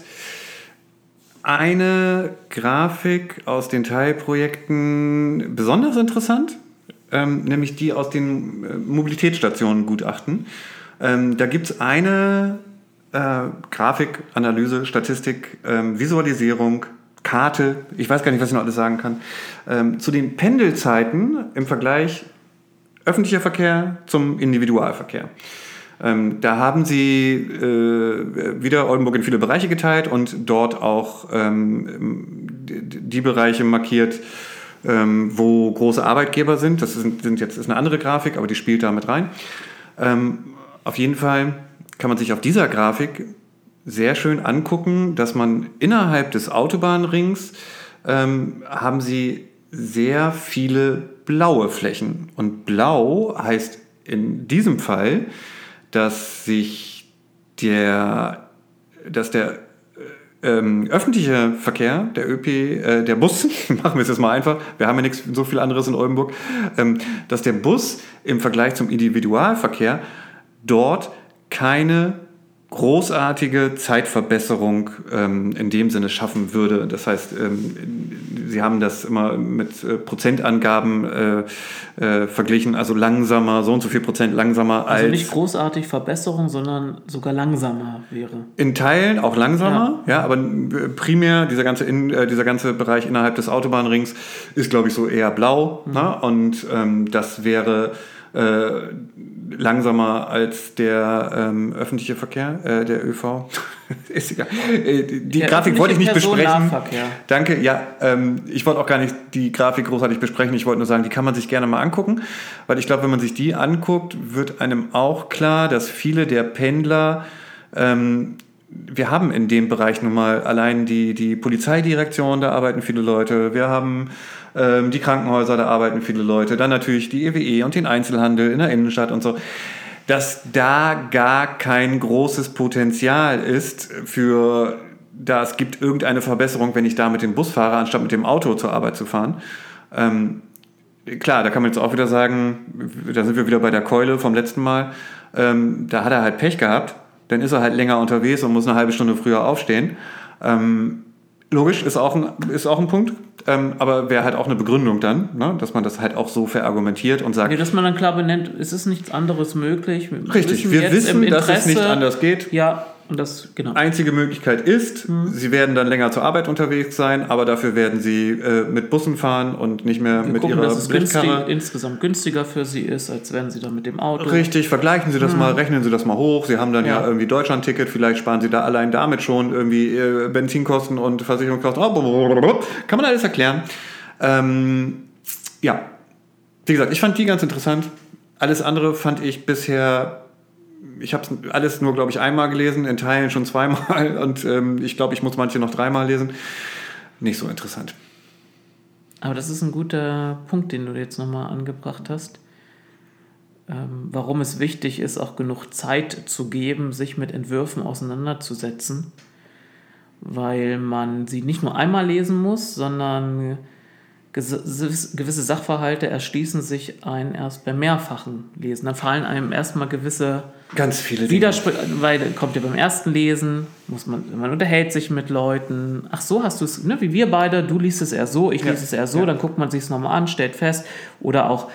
eine Grafik aus den Teilprojekten besonders interessant, nämlich die aus den Mobilitätsstationen-Gutachten. Da gibt es eine Grafik, Analyse, Statistik, Visualisierung, Karte, ich weiß gar nicht, was ich noch alles sagen kann, zu den Pendelzeiten im Vergleich öffentlicher Verkehr zum Individualverkehr. Da haben sie wieder Oldenburg in viele Bereiche geteilt und dort auch die Bereiche markiert, wo große Arbeitgeber sind. Das ist eine andere Grafik, aber die spielt da mit rein. Auf jeden Fall kann man sich auf dieser Grafik sehr schön angucken, dass man innerhalb des Autobahnrings haben sie sehr viele blaue Flächen. Und blau heißt in diesem Fall, dass der öffentliche Verkehr, der ÖP, der Bus, machen wir es jetzt mal einfach, wir haben ja nichts so viel anderes in Oldenburg, dass der Bus im Vergleich zum Individualverkehr dort keine großartige Zeitverbesserung in dem Sinne schaffen würde. Das heißt, sie haben das immer mit Prozentangaben verglichen, also langsamer, so und so viel Prozent langsamer als... Also nicht großartig Verbesserung, sondern sogar langsamer wäre. In Teilen auch langsamer, ja, aber primär dieser ganze Bereich innerhalb des Autobahnrings ist, glaube ich, so eher blau. Ne? Und das wäre langsamer als der öffentliche Verkehr, der ÖV. Ist egal. Die Grafik wollte ich nicht besprechen. Danke. Ja, ich wollte auch gar nicht die Grafik großartig besprechen. Ich wollte nur sagen, die kann man sich gerne mal angucken, weil ich glaube, wenn man sich die anguckt, wird einem auch klar, dass viele der Pendler wir haben in dem Bereich nun mal allein die Polizeidirektion, da arbeiten viele Leute. Wir haben die Krankenhäuser, da arbeiten viele Leute. Dann natürlich die EWE und den Einzelhandel in der Innenstadt und so. Dass da gar kein großes Potenzial ist es gibt irgendeine Verbesserung, wenn ich da mit dem Bus fahre, anstatt mit dem Auto zur Arbeit zu fahren. Klar, da kann man jetzt auch wieder sagen, da sind wir wieder bei der Keule vom letzten Mal. Da hat er halt Pech gehabt. Dann ist er halt länger unterwegs und muss eine halbe Stunde früher aufstehen. Logisch, ist auch ein Punkt, aber wäre halt auch eine Begründung dann, ne? Dass man das halt auch so verargumentiert und sagt... Nee, dass man dann klar benennt, es ist nichts anderes möglich. Richtig, wir wissen, dass es nicht anders geht. Ja, und das, genau. Einzige Möglichkeit ist, sie werden dann länger zur Arbeit unterwegs sein, aber dafür werden sie mit Bussen fahren und nicht mehr mit ihrer Blindkarre. Dass es insgesamt günstiger für sie ist, als wenn sie dann mit dem Auto... Richtig, vergleichen Sie das mal, rechnen Sie das mal hoch. Sie haben dann ja irgendwie Deutschland-Ticket, vielleicht sparen Sie da allein damit schon irgendwie Benzinkosten und Versicherungskosten. Kann man alles erklären. Ja, wie gesagt, ich fand die ganz interessant. Alles andere fand ich bisher... Ich habe es alles nur, glaube ich, einmal gelesen, in Teilen schon zweimal und ich glaube, ich muss manche noch dreimal lesen. Nicht so interessant. Aber das ist ein guter Punkt, den du jetzt nochmal angebracht hast. Warum es wichtig ist, auch genug Zeit zu geben, sich mit Entwürfen auseinanderzusetzen. Weil man sie nicht nur einmal lesen muss, sondern gewisse Sachverhalte erschließen sich einem erst beim mehrfachen Lesen. Dann fallen einem erstmal gewisse ganz viele Widersprüche, weil kommt ja beim ersten Lesen, man unterhält sich mit Leuten. Ach so, hast du es, ne, wie wir beide, du liest es eher so, ich lese es eher so, dann guckt man sich es nochmal an, stellt fest. Oder auch,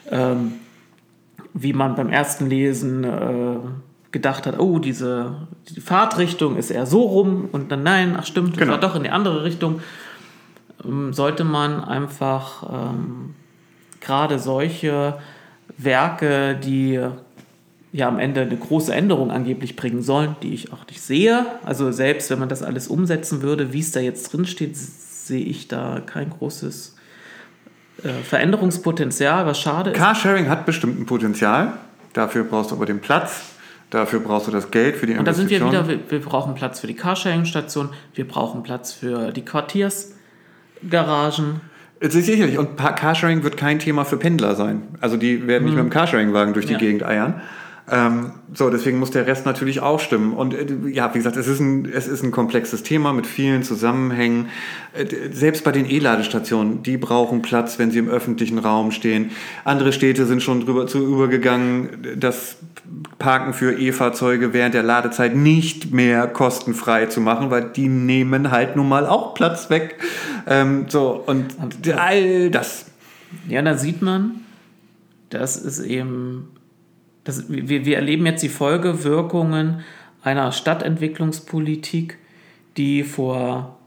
wie man beim ersten Lesen gedacht hat, oh, die Fahrtrichtung ist eher so rum und dann nein, ach stimmt, das war doch in die andere Richtung. Sollte man einfach gerade solche Werke, die ja am Ende eine große Änderung angeblich bringen sollen, die ich auch nicht sehe, also selbst wenn man das alles umsetzen würde, wie es da jetzt drin steht, sehe ich da kein großes Veränderungspotenzial, was schade ist. Carsharing hat bestimmt ein Potenzial, dafür brauchst du aber den Platz. Dafür brauchst du das Geld für die Investition. Und da sind wir wieder, wir brauchen Platz für die Carsharing-Station, wir brauchen Platz für die Quartiersgaragen. Sicherlich. Und Carsharing wird kein Thema für Pendler sein. Also die werden nicht mit dem Carsharing-Wagen durch die Gegend eiern. So, deswegen muss der Rest natürlich auch stimmen. Und ja, wie gesagt, es ist ein komplexes Thema mit vielen Zusammenhängen. Selbst bei den E-Ladestationen, die brauchen Platz, wenn sie im öffentlichen Raum stehen. Andere Städte sind schon übergegangen, das Parken für E-Fahrzeuge während der Ladezeit nicht mehr kostenfrei zu machen, weil die nehmen halt nun mal auch Platz weg. So, und all das. Ja, da sieht man, das ist eben... Wir erleben jetzt die Folgewirkungen einer Stadtentwicklungspolitik, die vor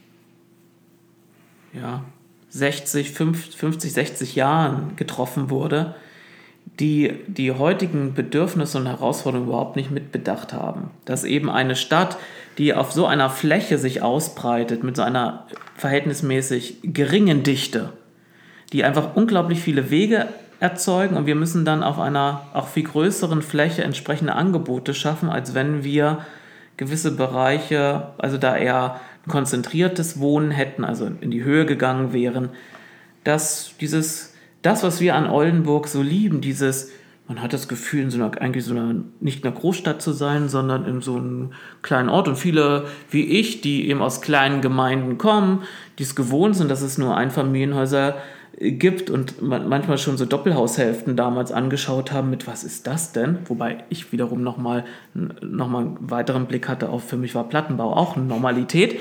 50, 60 Jahren getroffen wurde, die heutigen Bedürfnisse und Herausforderungen überhaupt nicht mitbedacht haben. Dass eben eine Stadt, die auf so einer Fläche sich ausbreitet, mit so einer verhältnismäßig geringen Dichte, die einfach unglaublich viele Wege erzeugen, und wir müssen dann auf einer auch viel größeren Fläche entsprechende Angebote schaffen, als wenn wir gewisse Bereiche, also da eher ein konzentriertes Wohnen hätten, also in die Höhe gegangen wären, dass das, was wir an Oldenburg so lieben, man hat das Gefühl, nicht in einer Großstadt zu sein, sondern in so einem kleinen Ort, und viele wie ich, die eben aus kleinen Gemeinden kommen, die es gewohnt sind, dass es nur Einfamilienhäuser gibt und manchmal schon so Doppelhaushälften damals angeschaut haben mit, was ist das denn? Wobei ich wiederum nochmal einen weiteren Blick hatte auf, für mich war Plattenbau auch eine Normalität,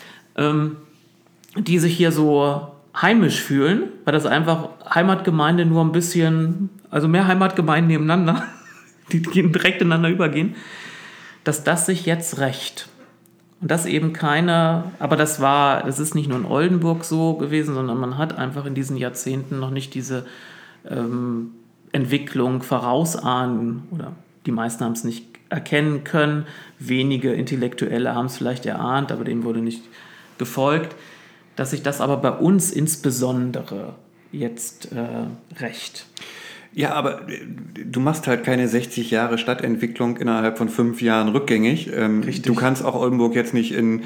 die sich hier so heimisch fühlen, weil das einfach Heimatgemeinde nur ein bisschen, also mehr Heimatgemeinden nebeneinander, die direkt ineinander übergehen, dass das sich jetzt rächt. Und das eben aber das ist nicht nur in Oldenburg so gewesen, sondern man hat einfach in diesen Jahrzehnten noch nicht diese Entwicklung vorausahnen, oder die meisten haben es nicht erkennen können. Wenige Intellektuelle haben es vielleicht erahnt, aber denen wurde nicht gefolgt, dass sich das aber bei uns insbesondere jetzt rächt. Ja, aber du machst halt keine 60 Jahre Stadtentwicklung innerhalb von 5 Jahren rückgängig. Du kannst auch Oldenburg jetzt nicht in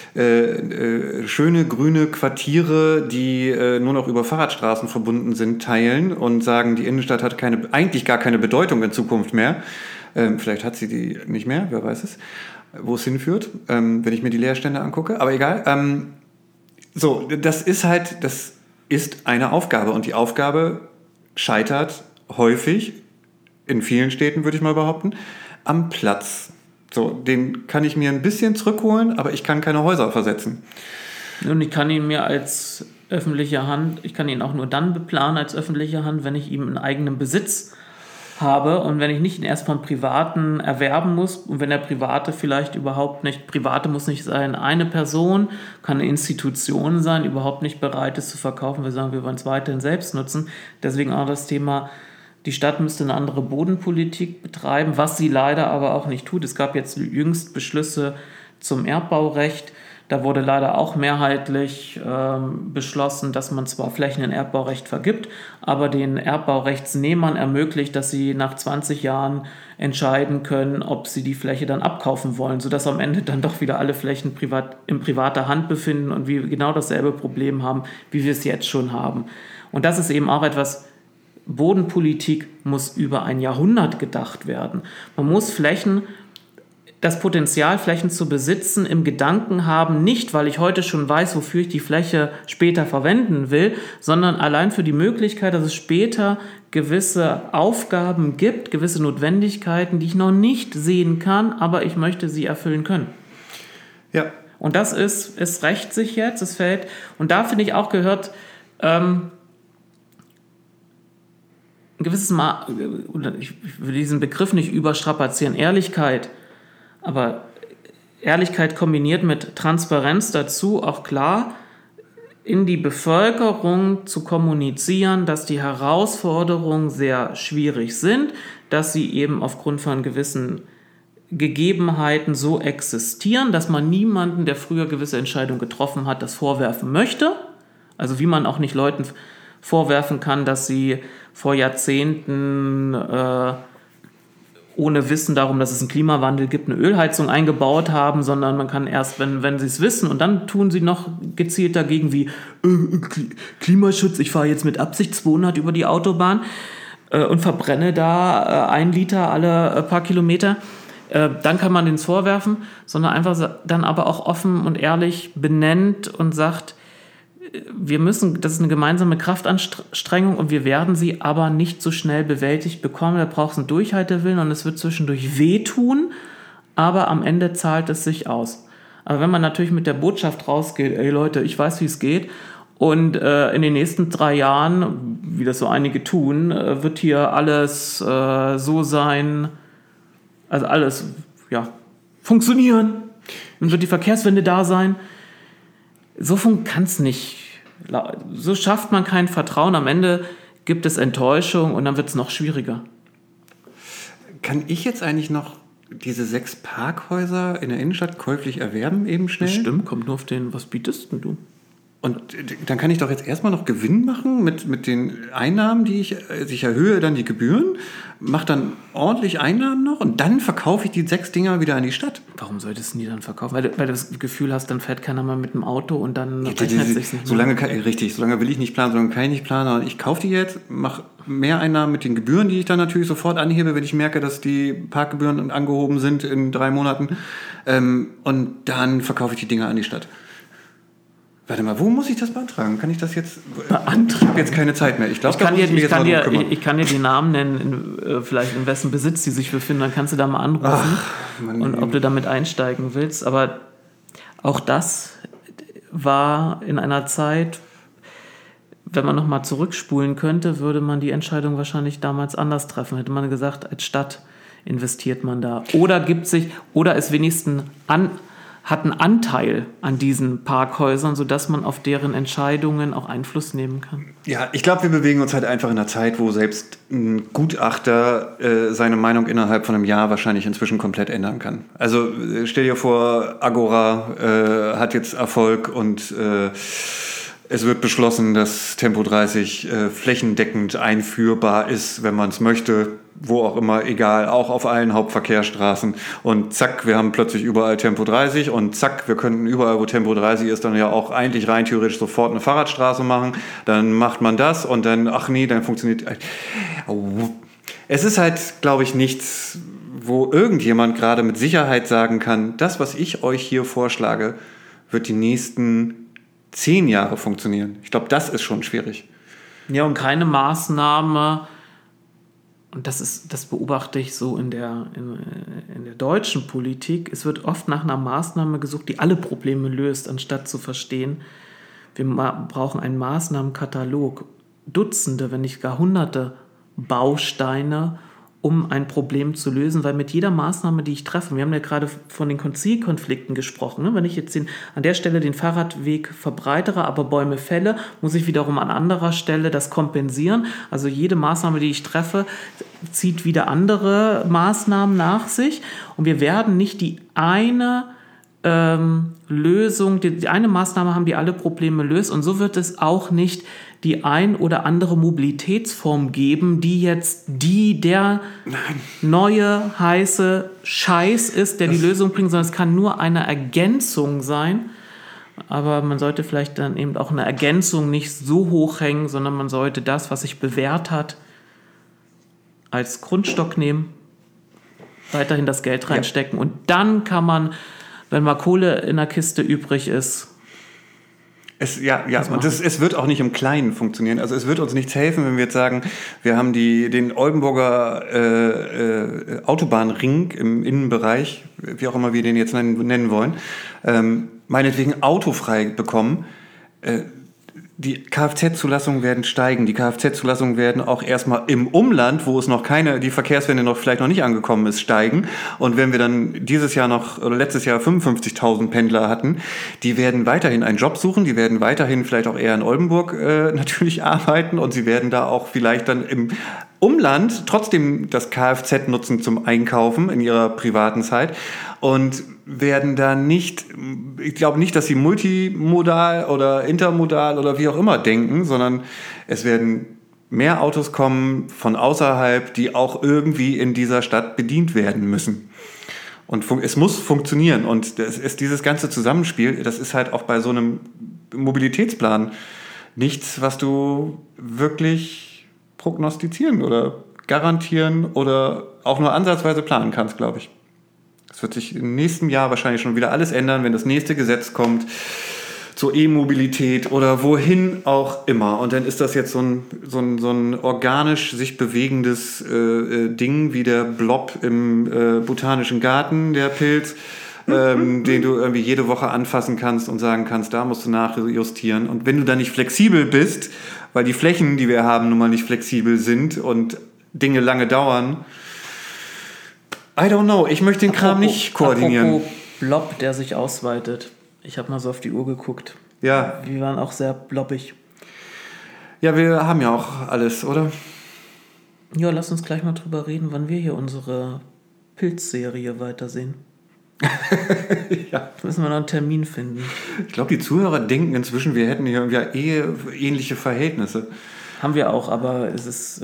schöne grüne Quartiere, die nur noch über Fahrradstraßen verbunden sind, teilen und sagen, die Innenstadt hat eigentlich gar keine Bedeutung in Zukunft mehr. Vielleicht hat sie die nicht mehr, wer weiß es, wo es hinführt, wenn ich mir die Leerstände angucke. Aber egal. Das ist eine Aufgabe, und die Aufgabe scheitert häufig, in vielen Städten würde ich mal behaupten, am Platz. So, den kann ich mir ein bisschen zurückholen, aber ich kann keine Häuser versetzen. Und ich kann ihn mir als öffentliche Hand, ich kann ihn auch nur dann beplanen als öffentliche Hand, wenn ich ihn in eigenem Besitz habe und wenn ich nicht ihn erst vom Privaten erwerben muss, und wenn der Private vielleicht überhaupt nicht, Private muss nicht sein, eine Person, kann eine Institution sein, überhaupt nicht bereit ist zu verkaufen. Wir sagen, wir wollen es weiterhin selbst nutzen. Deswegen auch das Thema, die Stadt müsste eine andere Bodenpolitik betreiben, was sie leider aber auch nicht tut. Es gab jetzt jüngst Beschlüsse zum Erbbaurecht. Da wurde leider auch mehrheitlich beschlossen, dass man zwar Flächen in Erbbaurecht vergibt, aber den Erbbaurechtsnehmern ermöglicht, dass sie nach 20 Jahren entscheiden können, ob sie die Fläche dann abkaufen wollen, sodass am Ende dann doch wieder alle Flächen in privater Hand befinden und wir genau dasselbe Problem haben, wie wir es jetzt schon haben. Und das ist eben auch etwas, Bodenpolitik muss über ein Jahrhundert gedacht werden. Man muss das Potenzial, Flächen zu besitzen, im Gedanken haben, nicht weil ich heute schon weiß, wofür ich die Fläche später verwenden will, sondern allein für die Möglichkeit, dass es später gewisse Aufgaben gibt, gewisse Notwendigkeiten, die ich noch nicht sehen kann, aber ich möchte sie erfüllen können. Ja. Und es rächt sich jetzt, es fällt, und da finde ich auch gehört, ein gewisses ich will diesen Begriff nicht überstrapazieren, Ehrlichkeit, aber Ehrlichkeit kombiniert mit Transparenz dazu, auch klar in die Bevölkerung zu kommunizieren, dass die Herausforderungen sehr schwierig sind, dass sie eben aufgrund von gewissen Gegebenheiten so existieren, dass man niemanden, der früher gewisse Entscheidungen getroffen hat, das vorwerfen möchte. Also wie man auch nicht Leuten vorwerfen kann, dass sie vor Jahrzehnten ohne Wissen darum, dass es einen Klimawandel gibt, eine Ölheizung eingebaut haben, sondern man kann erst, wenn sie es wissen, und dann tun sie noch gezielt dagegen wie Klimaschutz, ich fahre jetzt mit Absicht 200 über die Autobahn. und verbrenne da 1 Liter alle paar Kilometer, dann kann man den vorwerfen, sondern einfach dann aber auch offen und ehrlich benennt und sagt, das ist eine gemeinsame Kraftanstrengung und wir werden sie aber nicht so schnell bewältigt bekommen. Da braucht es einen Durchhaltewillen und es wird zwischendurch wehtun, aber am Ende zahlt es sich aus. Aber wenn man natürlich mit der Botschaft rausgeht, ey Leute, ich weiß, wie es geht, und in den nächsten 3 Jahren, wie das so einige tun, wird hier alles so sein, also alles funktionieren, dann wird die Verkehrswende da sein. So kann es nicht. So schafft man kein Vertrauen. Am Ende gibt es Enttäuschung und dann wird es noch schwieriger. Kann ich jetzt eigentlich noch diese 6 Parkhäuser in der Innenstadt käuflich erwerben eben schnell? Bestimmt, kommt nur auf den, was bietest denn du? Und dann kann ich doch jetzt erstmal noch Gewinn machen mit den Einnahmen, die ich erhöhe dann die Gebühren, mache dann ordentlich Einnahmen noch und dann verkaufe ich die 6 Dinger wieder an die Stadt. Warum solltest du die dann verkaufen? Weil du das Gefühl hast, dann fährt keiner mal mit dem Auto und dann rechnet es sich nicht mehr. Solange will ich nicht planen, solange kann ich nicht planen. Ich kaufe die jetzt, mache mehr Einnahmen mit den Gebühren, die ich dann natürlich sofort anhebe, wenn ich merke, dass die Parkgebühren angehoben sind in 3 Monaten. Und dann verkaufe ich die Dinger an die Stadt. Warte mal, wo muss ich das beantragen? Kann ich das jetzt beantragen? Ich habe jetzt keine Zeit mehr. Ich glaube, ich kann dir die Namen nennen, vielleicht in wessen Besitz die sich befinden. Dann kannst du da mal anrufen und ob du damit einsteigen willst. Aber auch das war in einer Zeit, wenn man nochmal zurückspulen könnte, würde man die Entscheidung wahrscheinlich damals anders treffen. Hätte man gesagt, als Stadt investiert man da. Oder ist wenigstens hat einen Anteil an diesen Parkhäusern, sodass man auf deren Entscheidungen auch Einfluss nehmen kann. Ja, ich glaube, wir bewegen uns halt einfach in einer Zeit, wo selbst ein Gutachter seine Meinung innerhalb von einem Jahr wahrscheinlich inzwischen komplett ändern kann. Also stell dir vor, Agora hat jetzt Erfolg und es wird beschlossen, dass Tempo 30 flächendeckend einführbar ist, wenn man es möchte, wo auch immer, egal, auch auf allen Hauptverkehrsstraßen. Und zack, wir haben plötzlich überall Tempo 30 und zack, wir könnten überall, wo Tempo 30 ist, dann ja auch eigentlich rein theoretisch sofort eine Fahrradstraße machen. Dann macht man das und dann, dann funktioniert... Es ist halt, glaube ich, nichts, wo irgendjemand gerade mit Sicherheit sagen kann, das, was ich euch hier vorschlage, wird die nächsten 10 Jahre funktionieren. Ich glaube, das ist schon schwierig. Ja, und keine Maßnahme, und das beobachte ich so in der deutschen Politik, es wird oft nach einer Maßnahme gesucht, die alle Probleme löst, anstatt zu verstehen, wir brauchen einen Maßnahmenkatalog, Dutzende, wenn nicht gar Hunderte Bausteine, um ein Problem zu lösen, weil mit jeder Maßnahme, die ich treffe, wir haben ja gerade von den Zielkonflikten gesprochen, ne? Wenn ich jetzt an der Stelle den Fahrradweg verbreitere, aber Bäume fälle, muss ich wiederum an anderer Stelle das kompensieren. Also jede Maßnahme, die ich treffe, zieht wieder andere Maßnahmen nach sich und wir werden nicht die eine Lösung, die eine Maßnahme haben, die alle Probleme löst und so wird es auch nicht die ein oder andere Mobilitätsform geben, die jetzt der neue heiße Scheiß ist, der die Lösung bringt, sondern es kann nur eine Ergänzung sein. Aber man sollte vielleicht dann eben auch eine Ergänzung nicht so hoch hängen, sondern man sollte das, was sich bewährt hat, als Grundstock nehmen, weiterhin das Geld reinstecken und dann kann man, wenn mal Kohle in der Kiste übrig ist, es wird auch nicht im Kleinen funktionieren. Also es wird uns nichts helfen, wenn wir jetzt sagen, wir haben den Oldenburger Autobahnring im Innenbereich, wie auch immer wir den jetzt nennen wollen, meinetwegen autofrei bekommen. Die Kfz-Zulassungen werden steigen. Die Kfz-Zulassungen werden auch erstmal im Umland, wo es noch die Verkehrswende vielleicht noch nicht angekommen ist, steigen. Und wenn wir dann letztes Jahr 55.000 Pendler hatten, die werden weiterhin einen Job suchen, die werden weiterhin vielleicht auch eher in Oldenburg natürlich arbeiten und sie werden da auch vielleicht dann im Umland trotzdem das Kfz nutzen zum Einkaufen in ihrer privaten Zeit und werden da nicht, ich glaube nicht, dass sie multimodal oder intermodal oder wie auch immer denken, sondern es werden mehr Autos kommen von außerhalb, die auch irgendwie in dieser Stadt bedient werden müssen. Und es muss funktionieren und dieses ganze Zusammenspiel, das ist halt auch bei so einem Mobilitätsplan nichts, was du wirklich prognostizieren oder garantieren oder auch nur ansatzweise planen kannst, glaube ich. Es wird sich im nächsten Jahr wahrscheinlich schon wieder alles ändern, wenn das nächste Gesetz kommt zur E-Mobilität oder wohin auch immer. Und dann ist das jetzt so ein organisch sich bewegendes Ding wie der Blob im Botanischen Garten, der Pilz, den du irgendwie jede Woche anfassen kannst und sagen kannst, da musst du nachjustieren. Und wenn du dann nicht flexibel bist, weil die Flächen, die wir haben, nun mal nicht flexibel sind und Dinge lange dauern, I don't know, ich möchte den Kram nicht koordinieren. Apropos Blob, der sich ausweitet. Ich habe mal so auf die Uhr geguckt. Ja. Wir waren auch sehr blobbig. Ja, wir haben ja auch alles, oder? Ja, lass uns gleich mal drüber reden, wann wir hier unsere Pilzserie weitersehen. Ja. Müssen wir noch einen Termin finden. Ich glaube, die Zuhörer denken inzwischen, wir hätten hier ähnliche Verhältnisse. Haben wir auch, aber es ist,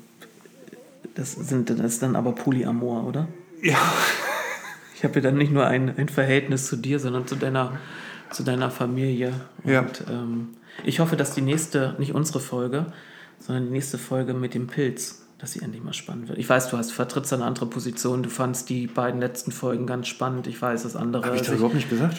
das ist dann aber Polyamor, oder? Ja. Ich habe ja dann nicht nur ein Verhältnis zu dir, sondern zu deiner Familie. Und Ja. Ich hoffe, dass die nächste, nicht unsere Folge, sondern die nächste Folge mit dem Pilz, dass sie endlich mal spannend wird. Ich weiß, du vertrittst eine andere Position, du fandst die beiden letzten Folgen ganz spannend. Ich weiß, das andere... Habe ich das überhaupt nicht gesagt?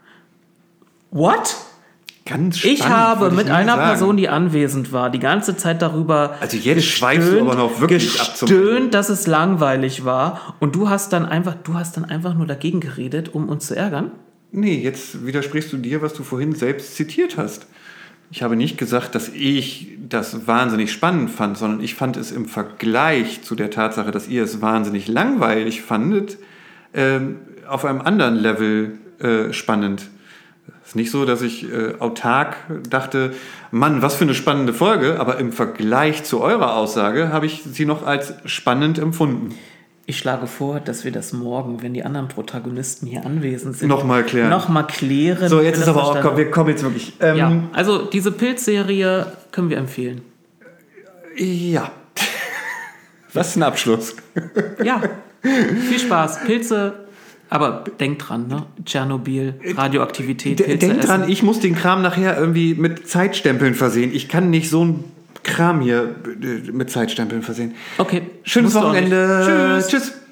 What? Ganz spannend. Ich habe mit einer sagen. Person, die anwesend war, die ganze Zeit darüber Also jetzt schweifst du aber noch wirklich ab zum Ende. gestöhnt, dass es langweilig war. Und du hast dann einfach nur dagegen geredet, um uns zu ärgern. Nee, jetzt widersprichst du dir, was du vorhin selbst zitiert hast. Ich habe nicht gesagt, dass ich das wahnsinnig spannend fand, sondern ich fand es im Vergleich zu der Tatsache, dass ihr es wahnsinnig langweilig fandet, auf einem anderen Level spannend. Es ist nicht so, dass ich autark dachte, Mann, was für eine spannende Folge, aber im Vergleich zu eurer Aussage habe ich sie noch als spannend empfunden. Ich schlage vor, dass wir das morgen, wenn die anderen Protagonisten hier anwesend sind, Nochmal klären. So, jetzt ist aber auch, komm, wir kommen jetzt wirklich. Ja, also diese Pilzserie können wir empfehlen. Ja. Was ist ein Abschluss? Ja, viel Spaß. Pilze, aber denkt dran, ne? Tschernobyl, Radioaktivität, Pilze Denk dran, essen. ich muss den Kram nachher irgendwie mit Zeitstempeln versehen. Ich kann nicht so ein Kram hier mit Zeitstempeln versehen. Okay. Schönes musst du auch nicht. Wochenende. Tschüss. Tschüss.